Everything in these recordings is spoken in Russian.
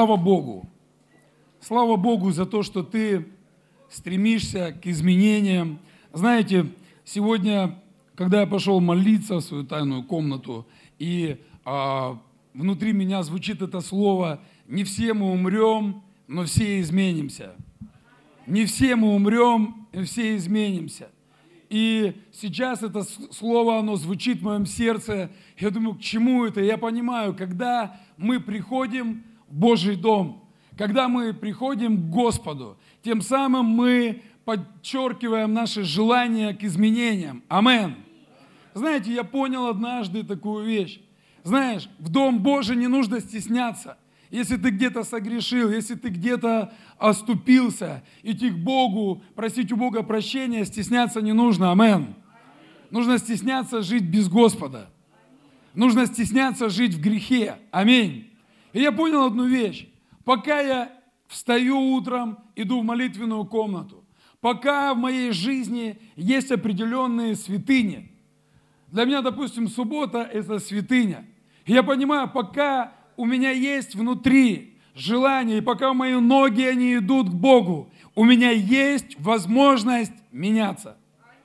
Слава Богу! Слава Богу за то, что ты стремишься к изменениям. Знаете, сегодня, когда я пошел молиться в свою тайную комнату, и внутри меня звучит это слово: не все мы умрем, но все изменимся. Не все мы умрем, и все изменимся. И сейчас это слово, оно звучит в моем сердце. Я думаю, к чему это? Я понимаю, когда мы приходим в Божий дом, когда мы приходим к Господу, тем самым мы подчеркиваем наше желание к изменениям. Амин. Знаете, я понял однажды такую вещь. Знаешь, в Дом Божий не нужно стесняться. Если ты где-то согрешил, если ты где-то оступился, идти к Богу, просить у Бога прощения, стесняться не нужно. Амин. Нужно стесняться жить без Господа. Нужно стесняться жить в грехе. Аминь. И я понял одну вещь. Пока я встаю утром, иду в молитвенную комнату, пока в моей жизни есть определенные святыни. Для меня, допустим, суббота – это святыня. И я понимаю, пока у меня есть внутри желание, и пока мои ноги, они идут к Богу, у меня есть возможность меняться.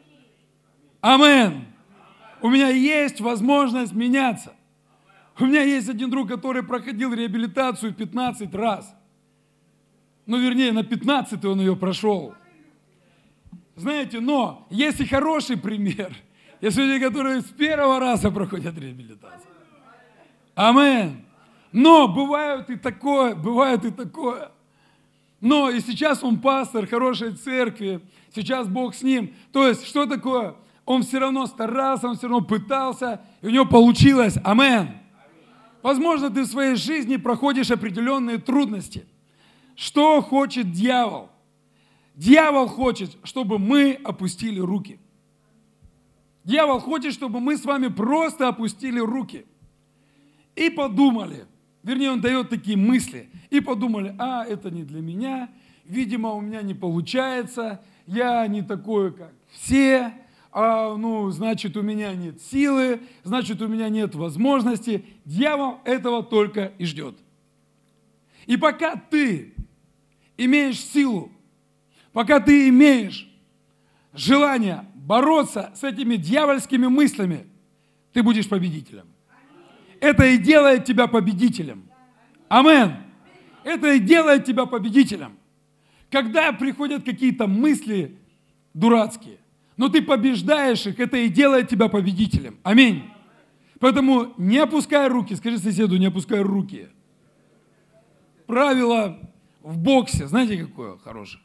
Амин. У меня есть возможность меняться. У меня есть один друг, который проходил реабилитацию 15 раз. Ну, вернее, на 15-й он ее прошел. Знаете, но есть и хороший пример. Есть люди, которые с первого раза проходят реабилитацию. Амин. Но бывает и такое, бывает и такое. Но и сейчас он пастор хорошей церкви, сейчас Бог с ним. То есть, что такое? Он все равно старался, он все равно пытался, и у него получилось. Амин. Возможно, ты в своей жизни проходишь определенные трудности. Что хочет дьявол? Дьявол хочет, чтобы мы опустили руки. Дьявол хочет, чтобы мы с вами просто опустили руки и подумали, вернее, он дает такие мысли, и подумали: это не для меня, видимо, у меня не получается, я не такой, как все, значит, у меня нет силы, значит, у меня нет возможности. Дьявол этого только и ждет. И пока ты имеешь силу, пока ты имеешь желание бороться с этими дьявольскими мыслями, ты будешь победителем. Это и делает тебя победителем. Амин. Это и делает тебя победителем. Когда приходят какие-то мысли дурацкие, но ты побеждаешь их, это и делает тебя победителем. Аминь. Поэтому не опускай руки. Скажи соседу: не опускай руки. Правило в боксе, знаете, какое хорошее?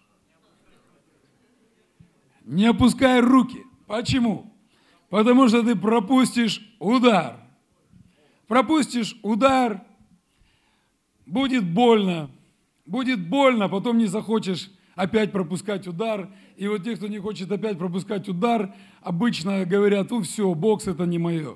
Не опускай руки. Почему? Потому что ты пропустишь удар. Пропустишь удар, будет больно, потом не захочешь опять пропускать удар. И вот те, кто не хочет опять пропускать удар, обычно говорят: все, бокс это не мое.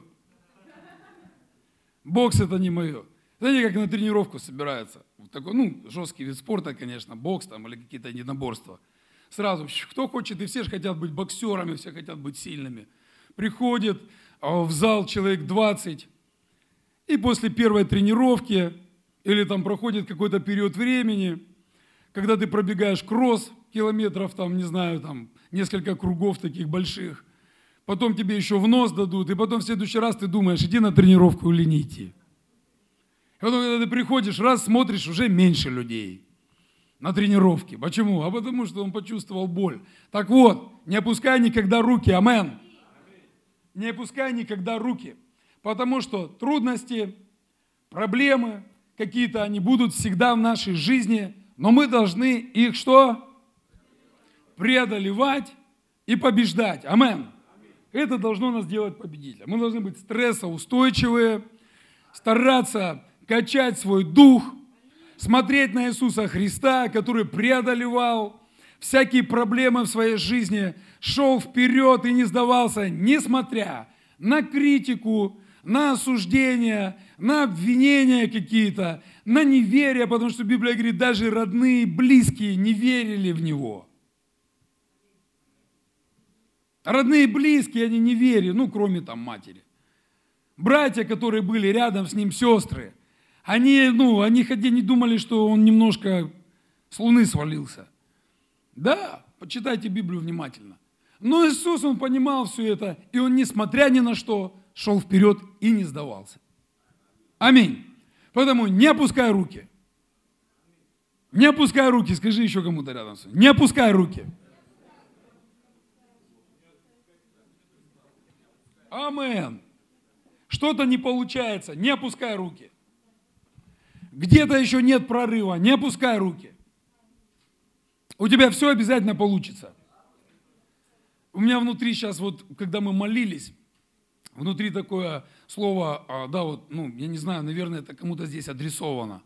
Бокс это не мое. Знаете, как на тренировку собираются? Такой, жесткий вид спорта, конечно, бокс там или какие-то единоборства. Сразу, кто хочет, и все же хотят быть боксерами, все хотят быть сильными. Приходит в зал человек 20, и после первой тренировки, или там проходит какой-то период времени, когда ты пробегаешь кросс километров, несколько кругов таких больших, потом тебе еще в нос дадут, и потом в следующий раз ты думаешь: иди на тренировку или не идти. И потом, когда ты приходишь, раз смотришь, уже меньше людей на тренировке. Почему? Потому что он почувствовал боль. Так вот, не опускай никогда руки. Амин. Не опускай никогда руки. Потому что трудности, проблемы какие-то, они будут всегда в нашей жизни, но мы должны их что? Преодолевать и побеждать. Амин. Это должно нас делать победителем. Мы должны быть стрессоустойчивые, стараться качать свой дух, смотреть на Иисуса Христа, который преодолевал всякие проблемы в своей жизни, шел вперед и не сдавался, несмотря на критику, на осуждение, на обвинения какие-то, на неверие, потому что Библия говорит, даже родные, близкие не верили в Него. Родные, близкие, они не верили, кроме матери. Братья, которые были рядом с ним, сестры, Они хотя не думали, что он немножко с луны свалился. Да, почитайте Библию внимательно. Но Иисус, Он понимал все это, и Он, несмотря ни на что, шел вперед и не сдавался. Аминь. Поэтому не опускай руки. Не опускай руки. Скажи еще кому-то рядом с собой. Не опускай руки. Амин. Что-то не получается. Не опускай руки. Где-то еще нет прорыва. Не опускай руки. У тебя все обязательно получится. У меня внутри сейчас, когда мы молились, внутри такое слово, я не знаю, наверное, это кому-то здесь адресовано.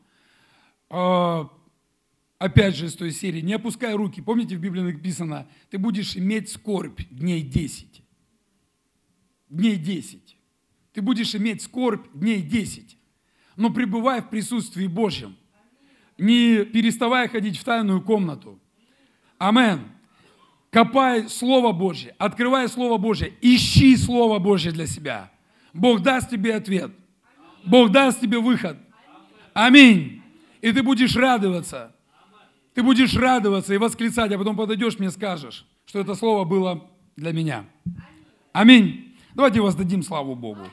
Опять же, из той серии, не опускай руки. Помните, в Библии написано, ты будешь иметь скорбь дней 10. Дней 10. Ты будешь иметь скорбь дней 10. Но пребывай в присутствии Божьем. Не переставай ходить в тайную комнату. Амен. Копай Слово Божье, открывай Слово Божье, ищи Слово Божье для себя. Бог даст тебе ответ. Бог даст тебе выход. Аминь. И ты будешь радоваться. Ты будешь радоваться и восклицать, а потом подойдешь мне и скажешь, что это слово было для меня. Аминь. Давайте воздадим славу Богу.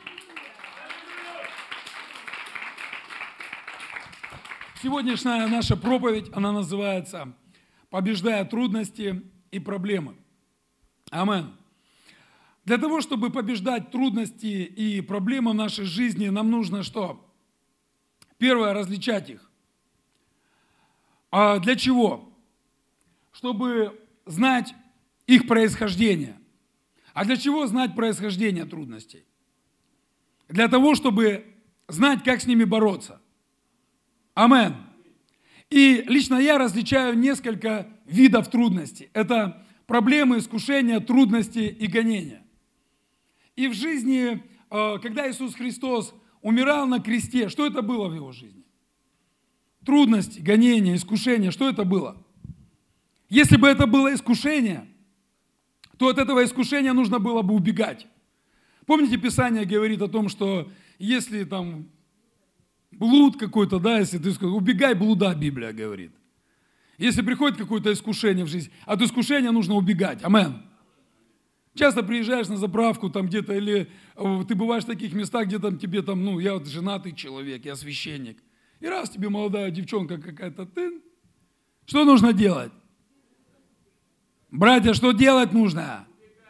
Сегодняшняя наша проповедь, она называется «Побеждая трудности и проблемы». Амин. Для того, чтобы побеждать трудности и проблемы в нашей жизни, нам нужно что? Первое, различать их. А для чего? Чтобы знать их происхождение. А для чего знать происхождение трудностей? Для того, чтобы знать, как с ними бороться. Амен. И лично я различаю несколько видов трудностей. Это проблемы, искушения, трудности и гонения. И в жизни, когда Иисус Христос умирал на кресте, что это было в Его жизни? Трудности, гонения, искушения, что это было? Если бы это было искушение, то от этого искушения нужно было бы убегать. Помните, Писание говорит о том, что если там блуд какой-то, если ты скажешь, убегай блуда, Библия говорит. Если приходит какое-то искушение в жизнь, от искушения нужно убегать. Амен. Часто приезжаешь на заправку там где-то, или ты бываешь в таких местах, где там тебе я женатый человек, я священник. И раз тебе молодая девчонка какая-то, что нужно делать? Братья, что делать нужно?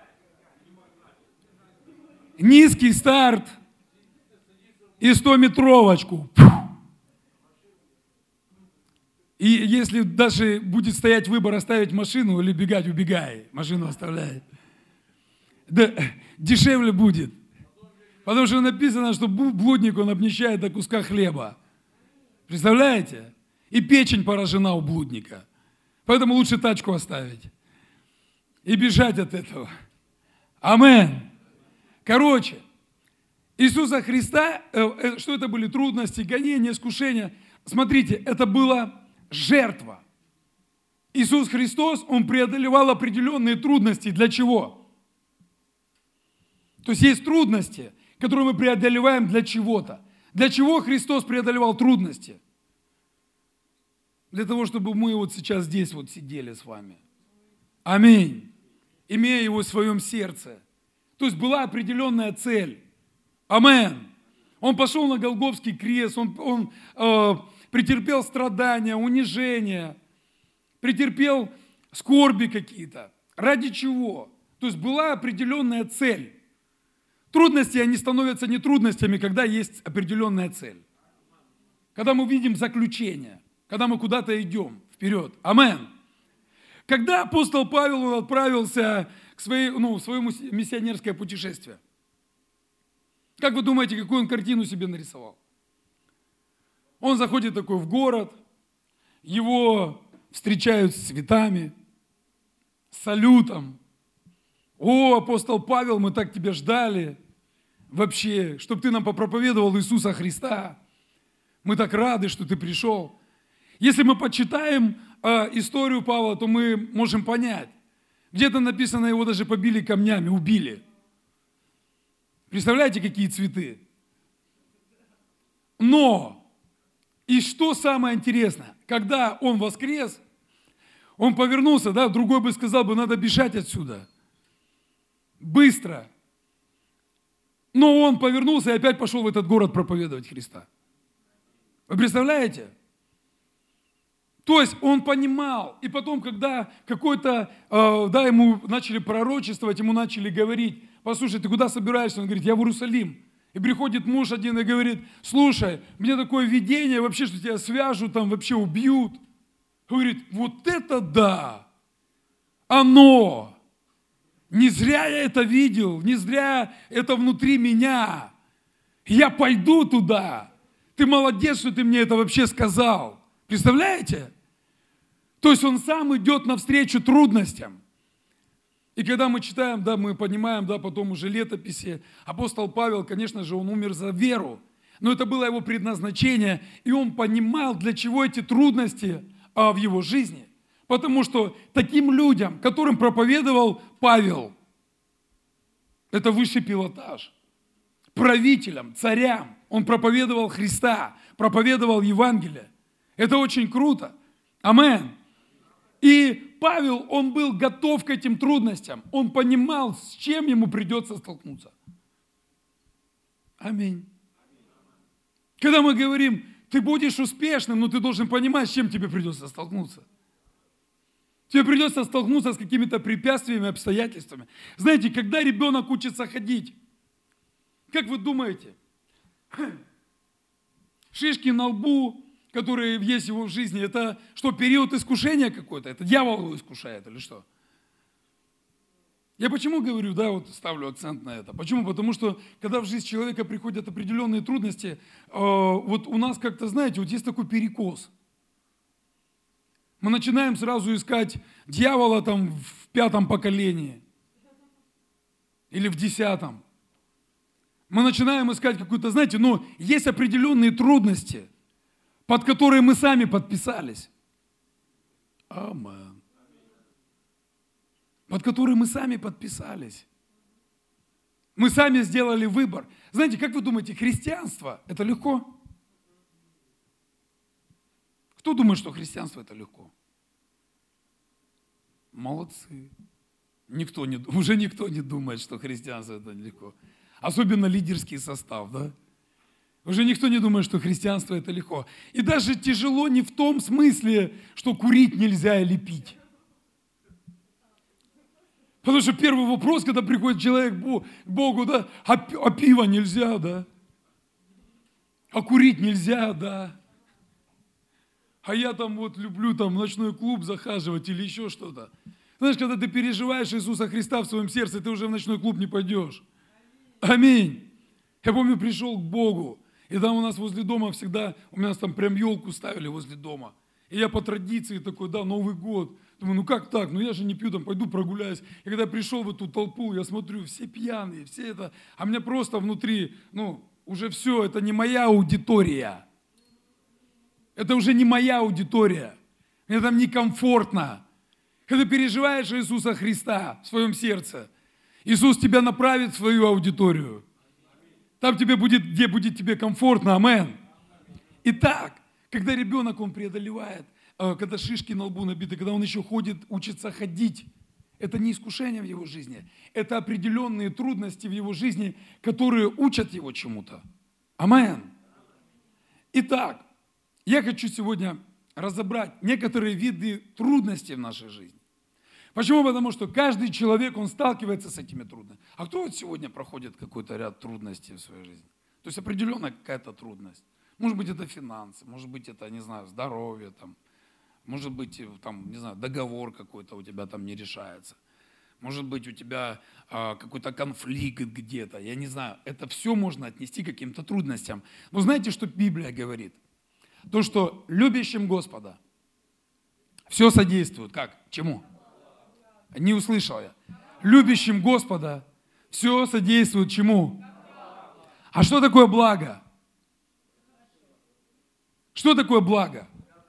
Низкий старт и 100-метровочку. И если даже будет стоять выбор оставить машину или бегать, убегай. Машину оставляй. Да, дешевле будет. Потому что написано, что блудник он обнищает до куска хлеба. Представляете? И печень поражена у блудника. Поэтому лучше тачку оставить. И бежать от этого. Амен. Короче, Иисуса Христа, что это были трудности, гонения, искушения? Смотрите, это была жертва. Иисус Христос, Он преодолевал определенные трудности. Для чего? То есть есть трудности, которые мы преодолеваем для чего-то. Для чего Христос преодолевал трудности? Для того, чтобы мы сейчас здесь сидели с вами. Аминь. Имея Его в своем сердце. То есть была определенная цель. Амен. Он пошел на Голгофский крест, он претерпел страдания, унижения, претерпел скорби какие-то. Ради чего? То есть была определенная цель. Трудности, они становятся не трудностями, когда есть определенная цель. Когда мы видим заключение, когда мы куда-то идем вперед. Амен. Когда апостол Павел он отправился в свое миссионерское путешествие, как вы думаете, какую он картину себе нарисовал? Он заходит такой в город, его встречают с цветами, с салютом. О, апостол Павел, мы так тебя ждали. Вообще, чтобы ты нам попроповедовал Иисуса Христа. Мы так рады, что ты пришел. Если мы почитаем историю Павла, то мы можем понять. Где-то написано, его даже побили камнями, убили. Представляете, какие цветы? Но И что самое интересное, когда он воскрес, он повернулся, да, другой бы сказал бы, надо бежать отсюда. Быстро. Но он повернулся и опять пошел в этот город проповедовать Христа. Вы представляете? То есть он понимал, и потом, когда какой-то, ему начали пророчествовать, ему начали говорить, послушай, ты куда собираешься? Он говорит, я в Иерусалим. И приходит муж один и говорит, слушай, мне такое видение, вообще, что тебя свяжут, там вообще убьют. Говорит, вот это да, оно. Не зря я это видел, не зря это внутри меня. Я пойду туда. Ты молодец, что ты мне это вообще сказал. Представляете? То есть он сам идет навстречу трудностям. И когда мы читаем, да, мы понимаем, да, потом уже летописи, апостол Павел, конечно же, он умер за веру. Но это было его предназначение, и он понимал, для чего эти трудности в его жизни. Потому что таким людям, которым проповедовал Павел, это высший пилотаж. Правителям, царям, он проповедовал Христа, проповедовал Евангелие. Это очень круто. Амен. И Павел, он был готов к этим трудностям. Он понимал, с чем ему придется столкнуться. Аминь. Когда мы говорим, ты будешь успешным, но ты должен понимать, с чем тебе придется столкнуться. Тебе придется столкнуться с какими-то препятствиями, обстоятельствами. Знаете, когда ребенок учится ходить, как вы думаете, шишки на лбу, которые есть в его жизни, это что, период искушения какой-то? Это дьявол его искушает или что? Я почему говорю, да, вот ставлю акцент на это? Почему? Потому что, когда в жизнь человека приходят определенные трудности, вот у нас как-то, знаете, вот есть такой перекос. Мы начинаем сразу искать дьявола там в 5-м поколении или в 10-м. Мы начинаем искать какую-то, знаете, но есть определенные трудности, под которые мы сами подписались. Амен. Под которые мы сами подписались. Мы сами сделали выбор. Знаете, как вы думаете, христианство – это легко? Кто думает, что христианство – это легко? Молодцы. Уже никто не думает, что христианство – это легко. Особенно лидерский состав, да? Уже никто не думает, что христианство – это легко. И даже тяжело не в том смысле, что курить нельзя или пить. Потому что первый вопрос, когда приходит человек к Богу, да, а пиво нельзя, да? А курить нельзя, да? А я там вот люблю там в ночной клуб захаживать или еще что-то. Знаешь, когда ты переживаешь Иисуса Христа в своем сердце, ты уже в ночной клуб не пойдешь. Аминь. Я помню, пришел к Богу, и там у нас возле дома всегда, у меня там прям елку ставили возле дома. И я по традиции такой, да, Новый год. Думаю, ну как так? Ну я же не пью, там пойду прогуляюсь. И когда пришел в эту толпу, я смотрю, все пьяные, все это. А мне просто внутри, уже все, это не моя аудитория. Это уже не моя аудитория. Мне там некомфортно. Когда переживаешь Иисуса Христа в своем сердце, Иисус тебя направит в свою аудиторию. Там тебе где будет тебе комфортно. Амен. Итак, когда ребенок, он преодолевает, когда шишки на лбу набиты, когда он еще ходит, учится ходить, это не искушение в его жизни. Это определенные трудности в его жизни, которые учат его чему-то. Амен. Итак, я хочу сегодня разобрать некоторые виды трудностей в нашей жизни. Почему? Потому что каждый человек, он сталкивается с этими трудностями. А кто вот сегодня проходит какой-то ряд трудностей в своей жизни? То есть определенная какая-то трудность. Может быть, это финансы, может быть, это, не знаю, здоровье, там, может быть, там, не знаю, договор какой-то у тебя там не решается. Может быть, у тебя какой-то конфликт где-то, я не знаю. Это все можно отнести к каким-то трудностям. Но знаете, что Библия говорит? То, что любящим Господа все содействует. Как? Чему? Не услышал я. Любящим Господа все содействует чему? А что такое благо? Что такое благо?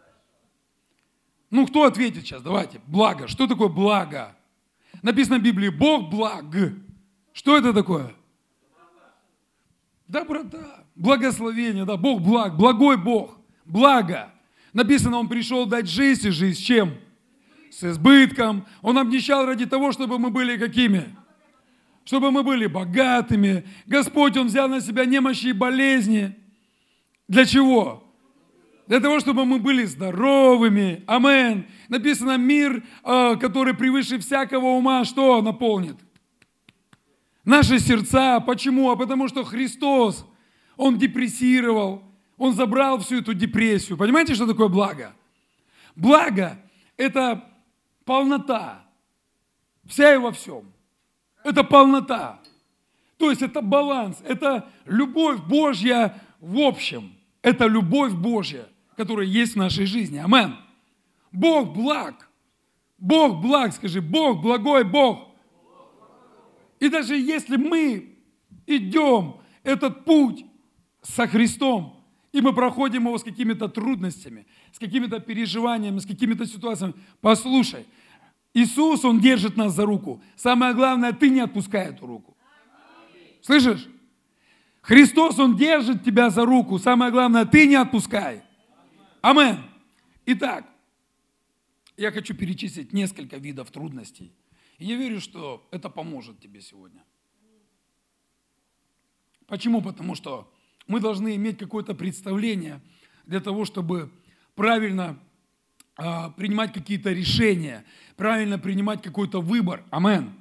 Кто ответит сейчас? Давайте. Благо. Что такое благо? Написано в Библии, Бог благ. Что это такое? Доброта. Благословение, да. Бог благ. Благой Бог. благо. Написано, Он пришел дать жизнь, и жизнь с чем? С избытком. Он обнищал ради того, чтобы мы были какими? Чтобы мы были богатыми. Господь, Он взял на себя немощи и болезни. Для чего? Для того, чтобы мы были здоровыми. Амен. Написано, мир, который превыше всякого ума, что наполнит? Наши сердца. Почему? А потому что Христос, Он депрессировал. Он забрал всю эту депрессию. Понимаете, что такое благо? Благо – это полнота. Вся и во всем. Это полнота. То есть это баланс. Это любовь Божья в общем. Это любовь Божья, которая есть в нашей жизни. Амен. Бог благ. Бог благ, скажи, Бог благой Бог. И даже если мы идем этот путь со Христом, и мы проходим его с какими-то трудностями, с какими-то переживаниями, с какими-то ситуациями, послушай, Иисус, Он держит нас за руку. Самое главное, ты не отпускай эту руку. Слышишь? Христос, Он держит тебя за руку. Самое главное, ты не отпускай. Амен. Итак, я хочу перечислить несколько видов трудностей. И я верю, что это поможет тебе сегодня. Почему? Потому что мы должны иметь какое-то представление для того, чтобы правильно принимать какие-то решения, правильно принимать какой-то выбор. Амен.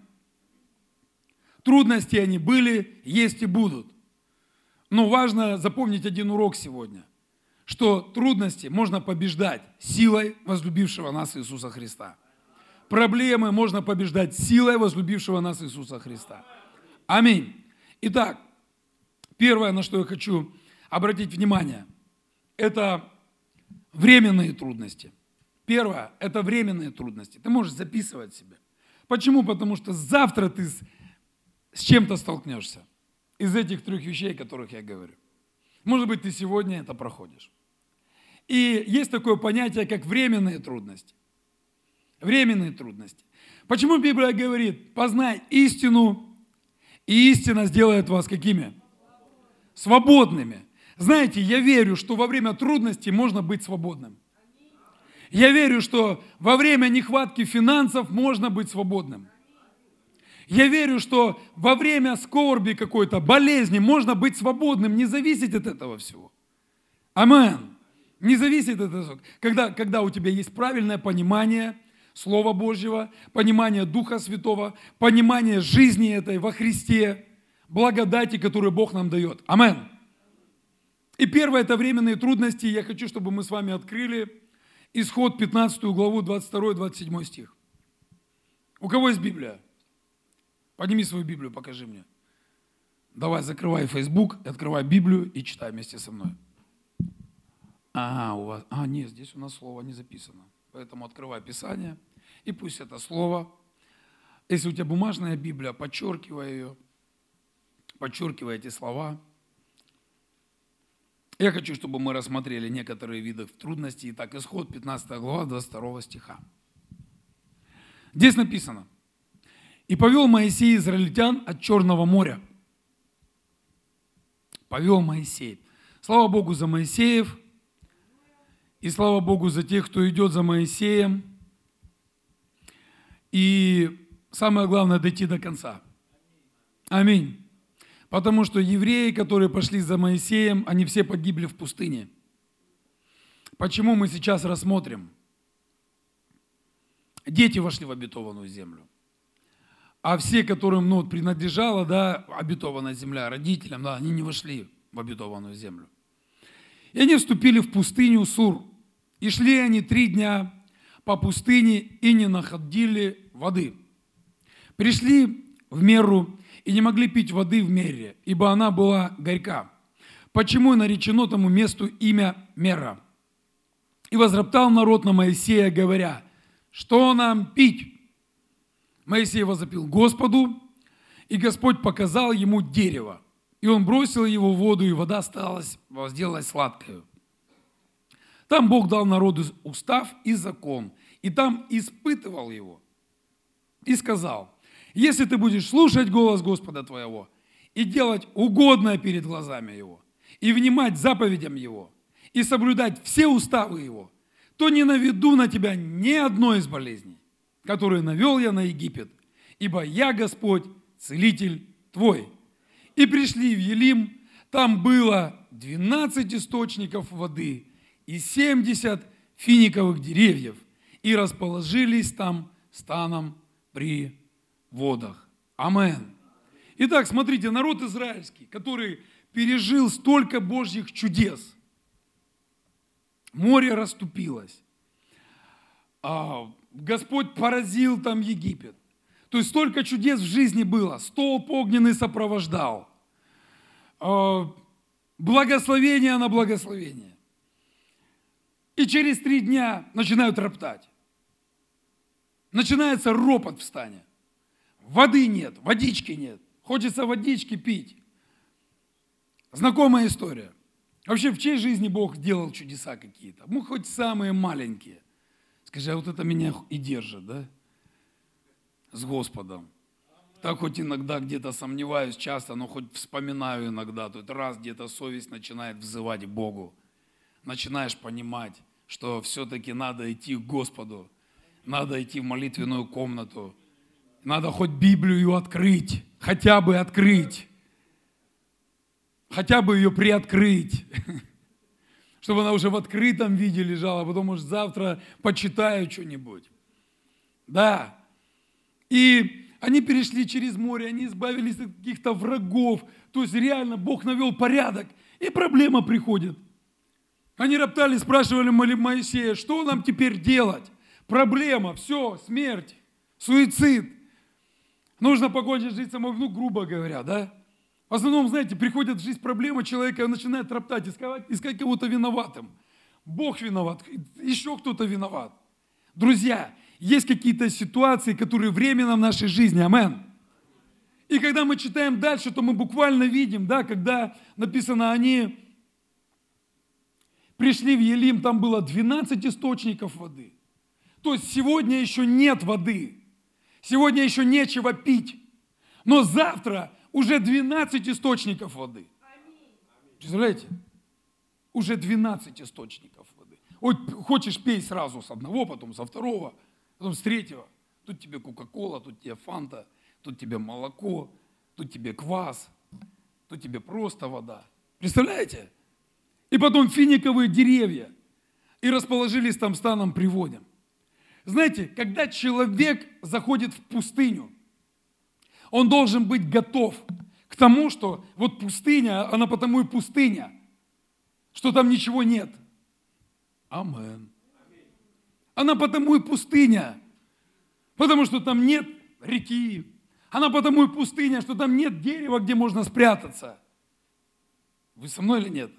Трудности они были, есть и будут. Но важно запомнить один урок сегодня, что трудности можно побеждать силой возлюбившего нас Иисуса Христа. Проблемы можно побеждать силой возлюбившего нас Иисуса Христа. Аминь. Итак, первое, на что я хочу обратить внимание, это временные трудности. Первое – это временные трудности. Ты можешь записывать себе. Почему? Потому что завтра ты с чем-то столкнешься из этих трех вещей, о которых я говорю. Может быть, ты сегодня это проходишь. И есть такое понятие, как временные трудности. Временные трудности. Почему Библия говорит, познай истину, и истина сделает вас какими? Свободными. Знаете, я верю, что во время трудностей можно быть свободным. Я верю, что во время нехватки финансов можно быть свободным. Я верю, что во время скорби какой-то, болезни можно быть свободным, не зависеть от этого всего. Амен. Не зависит от этого. Когда у тебя есть правильное понимание Слова Божьего, понимание Духа Святого, понимание жизни этой во Христе, благодати, которую Бог нам дает. Амен. И первое – это временные трудности. Я хочу, чтобы мы с вами открыли Исход 15 главу, 22-27 стих. У кого есть Библия? Подними свою Библию, покажи мне. Давай, закрывай Facebook, открывай Библию и читай вместе со мной. Ага, у вас... нет, здесь у нас слово не записано. Поэтому открывай Писание, и пусть это слово, если у тебя бумажная Библия, подчеркивай ее, подчеркивай эти слова. Я хочу, чтобы мы рассмотрели некоторые виды трудностей. Итак, Исход 15 глава, 22 стиха. Здесь написано: «И повел Моисей израильтян от Черного моря». Повел Моисей. Слава Богу за Моисеев. И слава Богу за тех, кто идет за Моисеем. И самое главное – дойти до конца. Аминь. Потому что евреи, которые пошли за Моисеем, они все погибли в пустыне. Почему мы сейчас рассмотрим? Дети вошли в обетованную землю. А все, которым принадлежала обетованная земля, родителям, они не вошли в обетованную землю. И они вступили в пустыню Сур. И шли они 3 дня по пустыне и не находили воды. Пришли в Меру и не могли пить воды в Мере, ибо она была горька. Почему и наречено тому месту имя Мера? И возроптал народ на Моисея, говоря: что нам пить? Моисей возопил Господу, и Господь показал ему дерево. И он бросил его в воду, и вода сделалась сладкою. Там Бог дал народу устав и закон, и там испытывал его. И сказал: если ты будешь слушать голос Господа твоего, и делать угодное перед глазами Его, и внимать заповедям Его, и соблюдать все уставы Его, то не наведу на тебя ни одной из болезней, которые навел я на Египет, ибо я Господь, целитель твой. И пришли в Елим, там было 12 источников воды и 70 финиковых деревьев, и расположились там станом при водах. Амен. Итак, смотрите, народ израильский, который пережил столько Божьих чудес. Море расступилось. Господь поразил там Египет. То есть столько чудес в жизни было. Столб огненный сопровождал. Благословение на благословение. И через 3 дня начинают роптать. Начинается ропот в стане. Воды нет, водички нет. Хочется водички пить. Знакомая история. Вообще, в чьей жизни Бог делал чудеса какие-то? Ну, хоть самые маленькие. Скажи, а вот это меня и держит, да? С Господом. Так хоть иногда где-то сомневаюсь часто, но хоть вспоминаю иногда. Тут раз где-то совесть начинает взывать к Богу. Начинаешь понимать, что все-таки надо идти к Господу. Надо идти в молитвенную комнату. Надо хоть Библию открыть. Хотя бы открыть. Хотя бы ее приоткрыть. Чтобы она уже в открытом виде лежала. Потом, может, завтра почитаю что-нибудь. Да. И они перешли через море, они избавились от каких-то врагов. То есть реально Бог навел порядок. И проблема приходит. Они роптали, спрашивали Моисея, что нам теперь делать? Проблема, все, смерть, суицид. Нужно покончить жизнь самой, ну, грубо говоря, да? В основном, знаете, приходят в жизнь проблемы человека, и он начинает роптать, искать кого-то виноватым. Бог виноват, еще кто-то виноват. Друзья, есть какие-то ситуации, которые временно в нашей жизни, амен. И когда мы читаем дальше, то мы буквально видим, да, когда написано, они пришли в Елим, там было 12 источников воды. То есть сегодня еще нет воды, сегодня еще нечего пить, но завтра уже 12 источников воды. Представляете? Уже 12 источников воды. Вот хочешь, пей сразу с одного, потом со второго, потом с третьего. Тут тебе кока-кола, тут тебе фанта, тут тебе молоко, тут тебе квас, тут тебе просто вода. Представляете? И потом финиковые деревья. И расположились там станом приводом. Знаете, когда человек заходит в пустыню, он должен быть готов к тому, что вот пустыня, она потому и пустыня, что там ничего нет. Амен. Она потому и пустыня, потому что там нет реки. Она потому и пустыня, что там нет дерева, где можно спрятаться. Вы со мной или нет?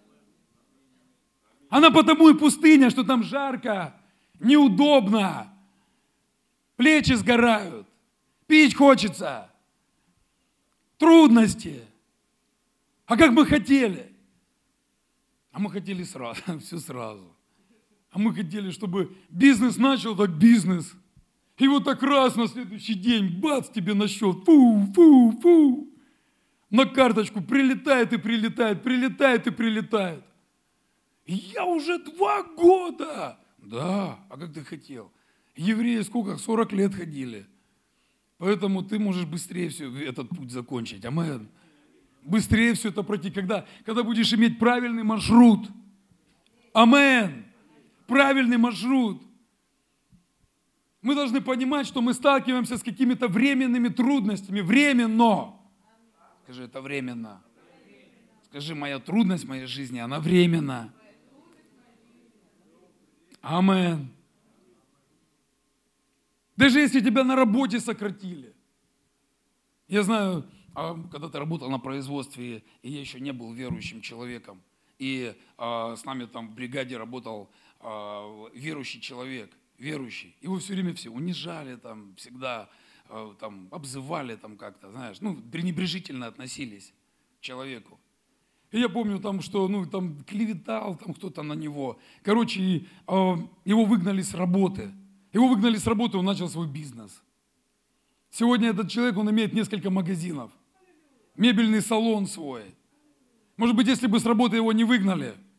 Она потому и пустыня, что там жарко, неудобно, плечи сгорают, пить хочется, трудности. А как мы хотели? А мы хотели сразу, все сразу. А мы хотели, чтобы бизнес начал, так бизнес. И вот так раз на следующий день, бац, тебе на счет, фу. На карточку прилетает и прилетает, прилетает и прилетает. И я уже 2 года. Да, а как ты хотел? Евреи сколько? 40 лет ходили. Поэтому ты можешь быстрее все этот путь закончить. Амен. Быстрее все это пройти. Когда будешь иметь правильный маршрут. Амен. Правильный маршрут. Мы должны понимать, что мы сталкиваемся с какими-то временными трудностями. Временно. Скажи, это временно. Скажи, моя трудность в моей жизни, она временна. Амен. Даже если тебя на работе сократили. Я знаю, когда ты работал на производстве, и я еще не был верующим человеком, и с нами там в бригаде работал верующий человек, верующий. Его все время все унижали, там, всегда там, обзывали там как-то, знаешь, пренебрежительно относились к человеку. И я помню, там, что там клеветал там кто-то на него. Короче, его выгнали с работы. Он начал свой бизнес. Сегодня этот человек, он имеет несколько магазинов. Мебельный салон свой. Может быть, если бы с работы его не выгнали,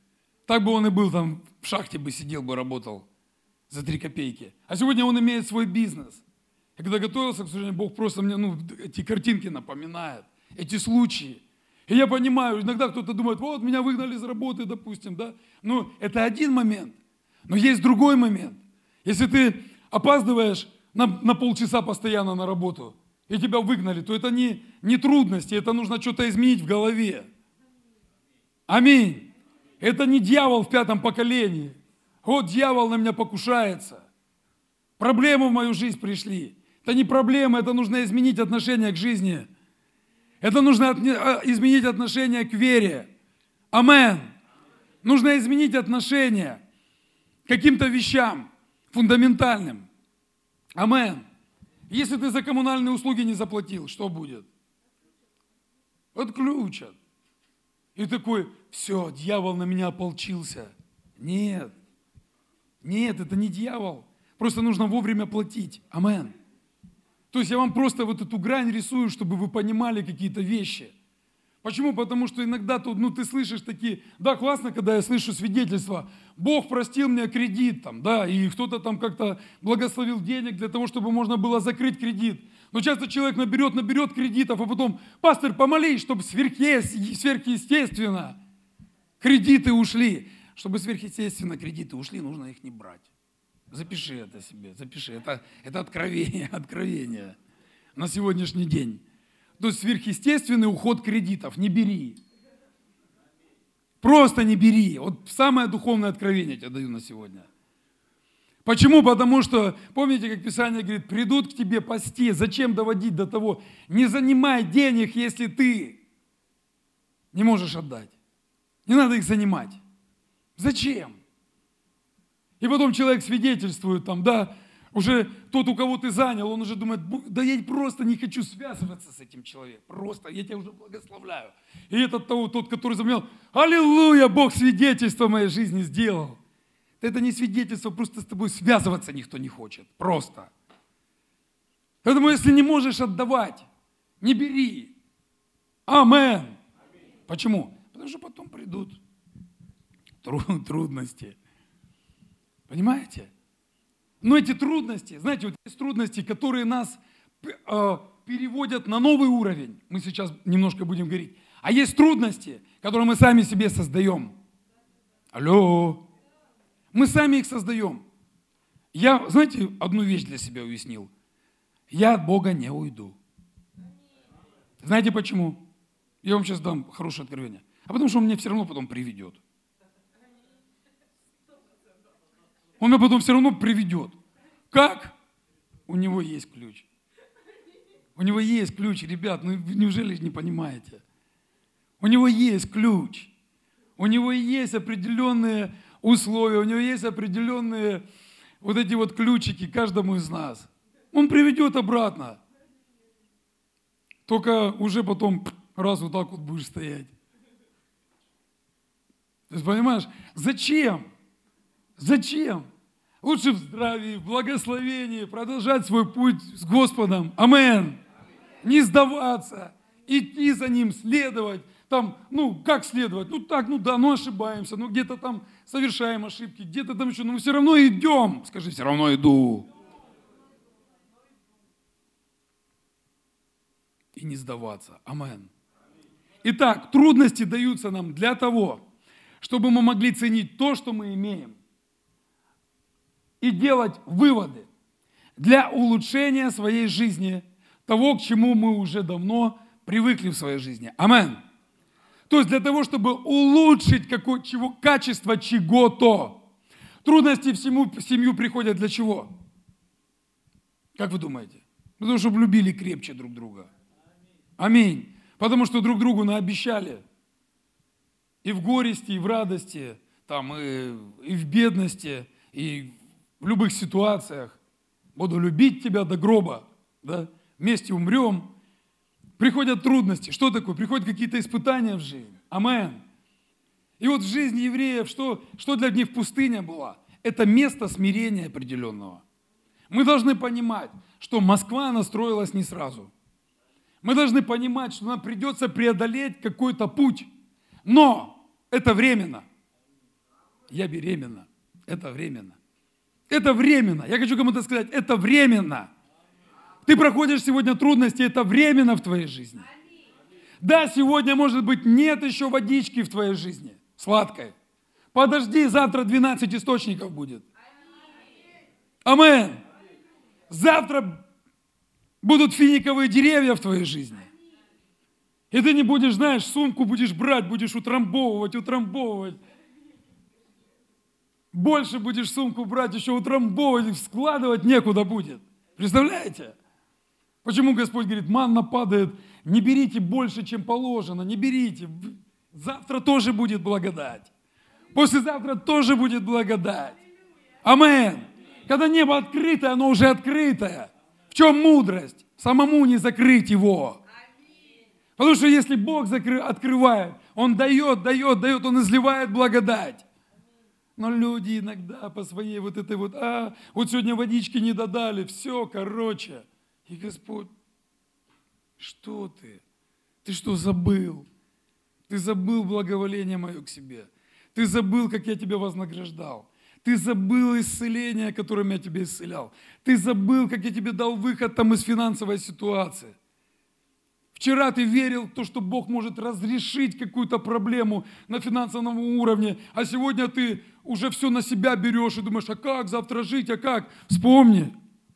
Так бы он и был там, в шахте бы сидел, бы работал за 3 копейки. А сегодня он имеет свой бизнес. И когда готовился, к сожалению, Бог просто мне эти картинки напоминает, эти случаи. И я понимаю, иногда кто-то думает, вот меня выгнали с работы, допустим, да. Ну, это один момент. Но есть другой момент. Если ты опаздываешь на полчаса постоянно на работу, и тебя выгнали, то это не трудности, это нужно что-то изменить в голове. Аминь. Это не дьявол в 5-м поколении. Вот дьявол на меня покушается. Проблемы в мою жизнь пришли. Это не проблема, это нужно изменить отношение к жизни. Это нужно изменить отношение к вере. Амен. Нужно изменить отношение к каким-то вещам фундаментальным. Амен. Если ты за коммунальные услуги не заплатил, что будет? Отключат. И такой, все, дьявол на меня ополчился. Нет. Нет, это не дьявол. Просто нужно вовремя платить. Амен. То есть я вам просто вот эту грань рисую, чтобы вы понимали какие-то вещи. Почему? Потому что иногда ты слышишь такие, да, классно, когда я слышу свидетельства, Бог простил мне кредит, там, да, и кто-то там как-то благословил денег для того, чтобы можно было закрыть кредит. Но часто человек наберет кредитов, а потом, пастор, помолись, чтобы сверхъестественно кредиты ушли. Чтобы сверхъестественно кредиты ушли, нужно их не брать. Запиши это себе, запиши. Это откровение на сегодняшний день. То есть сверхъестественный уход кредитов не бери. Просто не бери. Вот самое духовное откровение я тебе даю на сегодня. Почему? Потому что, помните, как Писание говорит, придут к тебе пости. Зачем доводить до того? Не занимай денег, если ты не можешь отдать. Не надо их занимать. Зачем? И потом человек свидетельствует там, да, уже тот, у кого ты занял, он уже думает, да я просто не хочу связываться с этим человеком, просто я тебя уже благословляю. И тот, который заменял, аллилуйя, Бог свидетельство в моей жизни сделал. Это не свидетельство, просто с тобой связываться никто не хочет, просто. Поэтому если не можешь отдавать, не бери. Амен. Почему? Потому что потом придут трудности. Понимаете? Но эти трудности, знаете, вот есть трудности, которые нас переводят на новый уровень. Мы сейчас немножко будем говорить. А есть трудности, которые мы сами себе создаем. Алло. Мы сами их создаем. Я, знаете, одну вещь для себя уяснил. Я от Бога не уйду. Знаете почему? Я вам сейчас дам хорошее откровение. А потому что он меня все равно потом приведет. Он меня потом все равно приведет. Как? У него есть ключ. У него есть ключ, ребят, ну неужели не понимаете? У него есть ключ. У него есть определенные условия, у него есть определенные вот эти вот ключики каждому из нас. Он приведет обратно. Только уже потом раз вот так вот будешь стоять. То есть, понимаешь, зачем? Зачем? Лучше в здравии, в благословении продолжать свой путь с Господом. Амен. Не сдаваться, идти за Ним, следовать. Там, как следовать? Ошибаемся, где-то там совершаем ошибки, где-то там еще, но мы все равно идем. Скажи, все равно иду. И не сдаваться. Амен. Итак, трудности даются нам для того, чтобы мы могли ценить то, что мы имеем, и делать выводы для улучшения своей жизни, того, к чему мы уже давно привыкли в своей жизни. Амен. То есть для того, чтобы улучшить качество чего-то. Трудности в семью приходят для чего? Как вы думаете? Для того, чтобы любили крепче друг друга. Аминь. Потому что друг другу наобещали. И в горести, и в радости, и в бедности, и в любых ситуациях. Буду любить тебя до гроба. Да? Вместе умрем. Приходят трудности. Что такое? Приходят какие-то испытания в жизнь. Амен. И вот в жизни евреев, что для них пустыня была? Это место смирения определенного. Мы должны понимать, что Москва настроилась не сразу. Мы должны понимать, что нам придется преодолеть какой-то путь. Но это временно. Я беременна. Это временно. Это временно. Я хочу кому-то сказать, это временно. Ты проходишь сегодня трудности, это временно в твоей жизни. Да, сегодня, может быть, нет еще водички в твоей жизни, сладкой. Подожди, завтра 12 источников будет. Амен. Завтра будут финиковые деревья в твоей жизни. И ты не будешь, знаешь, сумку будешь брать, будешь утрамбовывать. Больше будешь сумку брать, еще утрамбовывать, складывать некуда будет. Представляете? Почему Господь говорит, манна падает, не берите больше, чем положено, не берите. Завтра тоже будет благодать. Послезавтра тоже будет благодать. Амен. Когда небо открытое, оно уже открытое. В чем мудрость? Самому не закрыть его. Потому что если Бог открывает, Он дает, Он изливает благодать. Но люди иногда по своей вот сегодня водички не додали, все, короче. И Господь, что ты? Ты что, забыл? Ты забыл благоволение мое к себе. Ты забыл, как я тебя вознаграждал. Ты забыл исцеление, которым я тебя исцелял. Ты забыл, как я тебе дал выход там из финансовой ситуации. Вчера ты верил в то, что Бог может разрешить какую-то проблему на финансовом уровне, а сегодня ты уже все на себя берешь и думаешь, а как завтра жить, а как? Вспомни,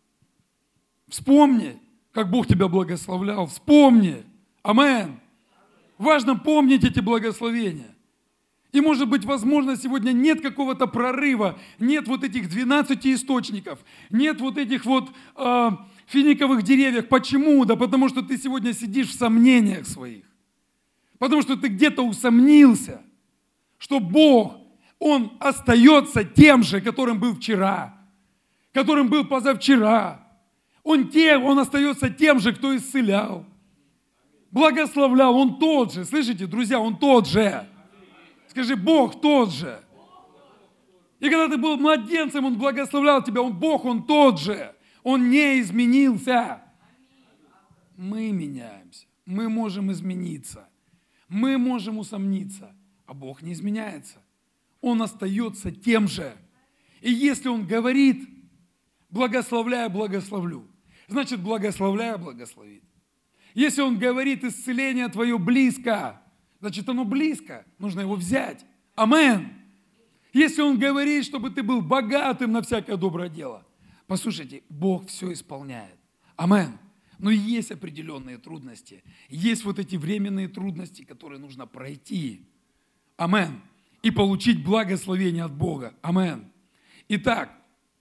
как Бог тебя благословлял. Вспомни. Амен. Важно помнить эти благословения. И, может быть, возможно, сегодня нет какого-то прорыва, нет вот этих 12 источников, нет вот этих финиковых деревьев. Почему? Да потому что ты сегодня сидишь в сомнениях своих. Потому что ты где-то усомнился, что Бог, Он остается тем же, которым был вчера, которым был позавчера. Он остается тем же, кто исцелял, благословлял. Он тот же. Слышите, друзья, Он тот же. Скажи, Бог тот же. И когда ты был младенцем, Он благословлял тебя. Бог, Он тот же. Он не изменился. Мы меняемся. Мы можем измениться. Мы можем усомниться. А Бог не изменяется. Он остается тем же. И если Он говорит, благословляя, благословлю, значит, благословляя, благословит. Если Он говорит, исцеление твое близко, значит, оно близко, нужно его взять. Амен. Если Он говорит, чтобы ты был богатым на всякое доброе дело, послушайте, Бог все исполняет. Амен. Но есть определенные трудности, есть вот эти временные трудности, которые нужно пройти. Амен. И получить благословение от Бога. Амен. Итак,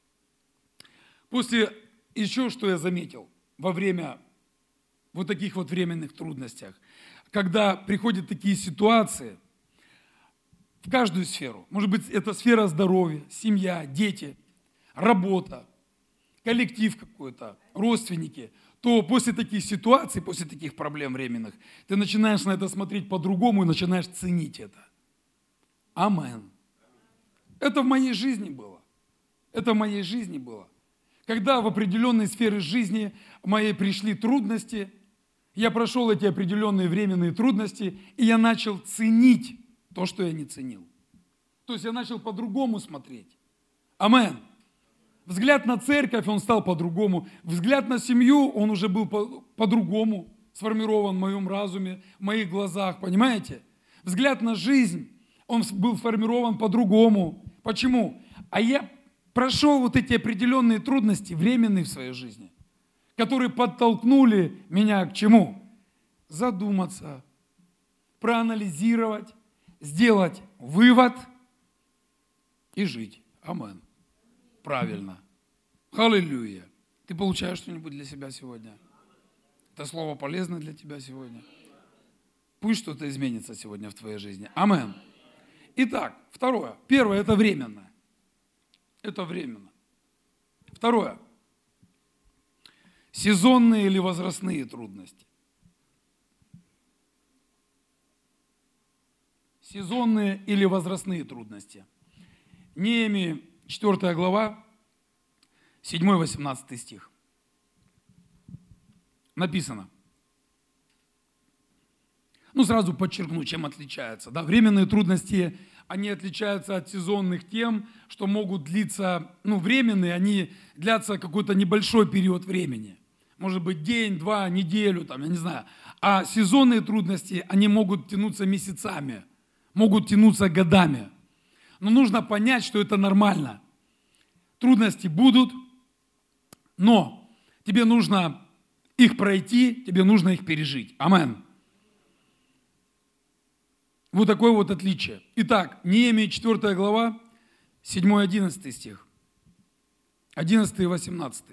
еще что я заметил во время вот таких вот временных трудностях, когда приходят такие ситуации в каждую сферу, может быть, это сфера здоровья, семья, дети, работа, коллектив какой-то, родственники, то после таких ситуаций, после таких проблем временных, ты начинаешь на это смотреть по-другому и начинаешь ценить это. Амен. Это в моей жизни было. Это в моей жизни было. Когда в определенной сфере жизни моей пришли трудности, я прошел эти определенные временные трудности, и я начал ценить то, что я не ценил. То есть я начал по-другому смотреть. Амен. Взгляд на церковь, он стал по-другому. Взгляд на семью, он уже был по-другому сформирован в моем разуме, в моих глазах, понимаете? Взгляд на жизнь, он был сформирован по-другому. Почему? А я прошел вот эти определенные трудности, временные в своей жизни, которые подтолкнули меня к чему? Задуматься, проанализировать, сделать вывод и жить. Амен. Правильно. Аллилуйя. Ты получаешь что-нибудь для себя сегодня? Это слово полезно для тебя сегодня? Пусть что-то изменится сегодня в твоей жизни. Амен. Итак, второе. Первое – это временно. Это временно. Второе. Сезонные или возрастные трудности. Сезонные или возрастные трудности. Неемия, 4 глава, 7-18 стих. Написано. Сразу подчеркну, чем отличается. Да? Временные трудности, они отличаются от сезонных тем, что могут длиться, временные, они длятся какой-то небольшой период времени. Может быть, день, два, неделю, я не знаю. А сезонные трудности, они могут тянуться месяцами, могут тянуться годами. Но нужно понять, что это нормально. Трудности будут, но тебе нужно их пройти, тебе нужно их пережить. Амин. Вот такое вот отличие. Итак, Неемия 4 глава, 7-11 стих, 11 и 18.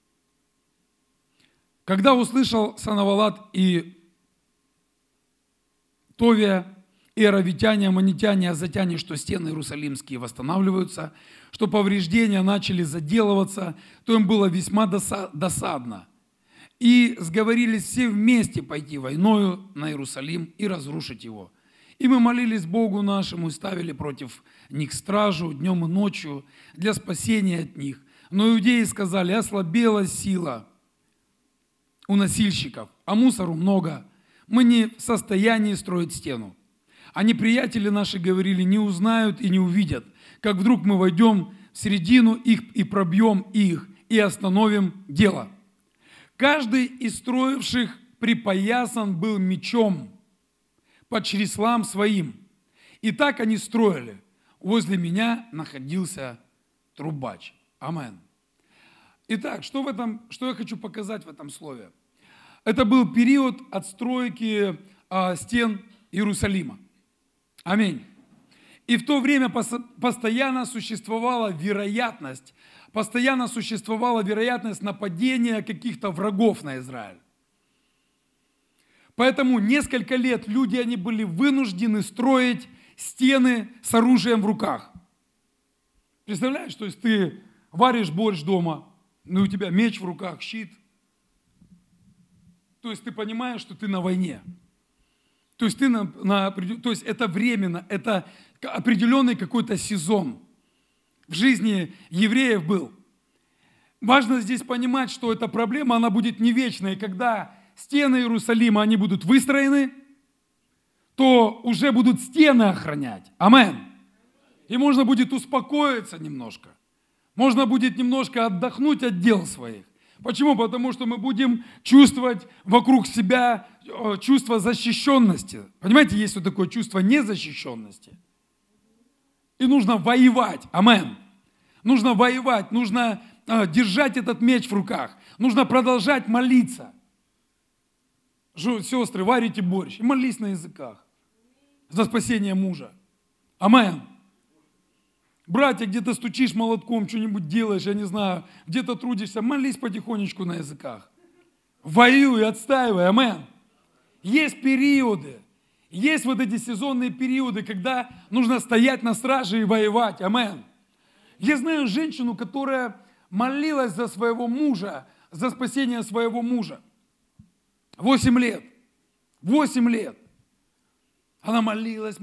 Когда услышал Санавалат и Товия, и аравитяне, аммонитяне, азатяне, что стены иерусалимские восстанавливаются, что повреждения начали заделываться, то им было весьма досадно. И сговорились все вместе пойти войною на Иерусалим и разрушить его. И мы молились Богу нашему и ставили против них стражу днем и ночью для спасения от них. Но иудеи сказали: ослабела сила у носильщиков, а мусору много. Мы не в состоянии строить стену. А неприятели наши говорили: не узнают и не увидят, как вдруг мы войдем в середину их и пробьем их, и остановим дело. Каждый из строивших припоясан был мечом под чреслам своим. И так они строили. Возле меня находился трубач. Амин. Итак, что я хочу показать в этом слове? Это был период отстройки стен Иерусалима. Аминь. И в то время постоянно существовала вероятность нападения каких-то врагов на Израиль. Поэтому несколько лет люди, они были вынуждены строить стены с оружием в руках. Представляешь, то есть ты варишь борщ дома, но у тебя меч в руках, щит. То есть ты понимаешь, что ты на войне. То есть то есть это временно, это определенный какой-то сезон в жизни евреев был. Важно здесь понимать, что эта проблема, она будет не вечной. И когда стены Иерусалима, они будут выстроены, то уже будут стены охранять. Амин. И можно будет успокоиться немножко. Можно будет немножко отдохнуть от дел своих. Почему? Потому что мы будем чувствовать вокруг себя чувство защищенности. Понимаете, есть вот такое чувство незащищенности. И нужно воевать. Амин. Нужно воевать, нужно держать этот меч в руках. Нужно продолжать молиться. Сестры, варите борщ и молись на языках за спасение мужа. Амин. Братья, где-то стучишь молотком, что-нибудь делаешь, я не знаю, где-то трудишься, молись потихонечку на языках. Воюй, отстаивай, амин. Есть периоды, есть вот эти сезонные периоды, когда нужно стоять на страже и воевать, амин. Я знаю женщину, которая молилась за своего мужа, за спасение своего мужа. 8 лет. 8 лет. Она молилась.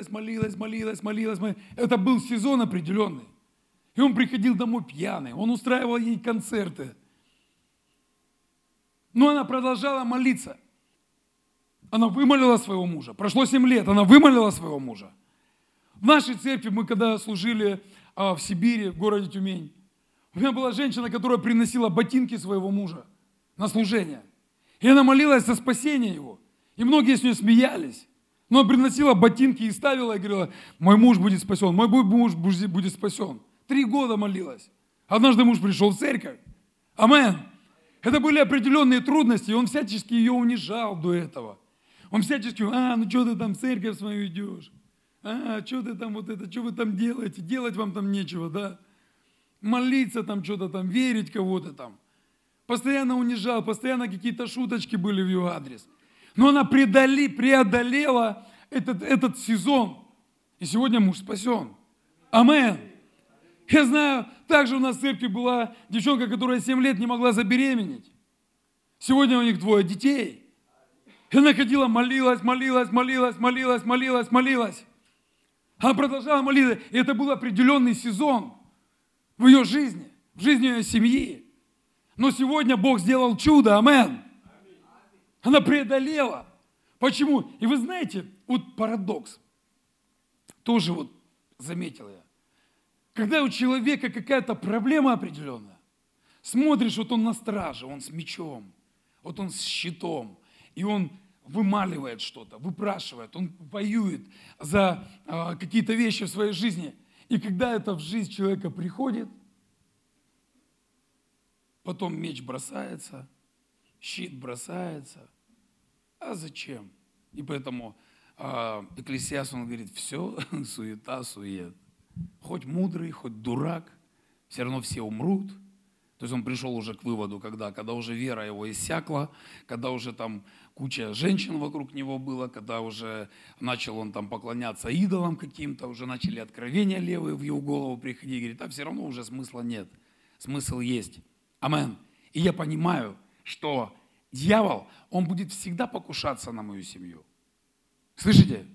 Это был сезон определенный. И он приходил домой пьяный, он устраивал ей концерты. Но она продолжала молиться. Она вымолила своего мужа. Прошло 7 лет, она вымолила своего мужа. В нашей церкви, мы когда служили в Сибири, в городе Тюмень, у меня была женщина, которая приносила ботинки своего мужа на служение. И она молилась за спасение его. И многие с ней смеялись. Но она приносила ботинки и ставила, и говорила: мой муж будет спасен, мой муж будет спасен. 3 года молилась. Однажды муж пришел в церковь. Амин. Это были определенные трудности, и он всячески ее унижал до этого. Он всячески: что ты там в церковь свою идешь? Что ты там что вы там делаете? Делать вам там нечего, да? Молиться там, что-то там, верить кого-то там. Постоянно унижал, постоянно какие-то шуточки были в ее адрес. Но она преодолела этот сезон. И сегодня муж спасен. Амин. Я знаю, также у нас в церкви была девчонка, которая 7 лет не могла забеременеть. Сегодня у них 2 детей. И она ходила, молилась. Она продолжала молиться. И это был определенный сезон в ее жизни, в жизни ее семьи. Но сегодня Бог сделал чудо. Амин. Она преодолела. Почему? И вы знаете, вот парадокс. Тоже вот заметил я. Когда у человека какая-то проблема определенная, смотришь, вот он на страже, он с мечом, вот он с щитом, и он вымаливает что-то, выпрашивает, он воюет за какие-то вещи в своей жизни. И когда это в жизнь человека приходит, потом меч бросается, щит бросается. А зачем? И поэтому Экклесиаст, он говорит, все суета, сует. Хоть мудрый, хоть дурак, все равно все умрут. То есть он пришел уже к выводу, когда уже вера его иссякла, когда уже там куча женщин вокруг него было, когда уже начал он там поклоняться идолам каким-то, уже начали откровения левые в его голову приходить, говорит, а все равно уже смысла нет, смысл есть. Амен. И я понимаю, что дьявол, он будет всегда покушаться на мою семью. Слышите?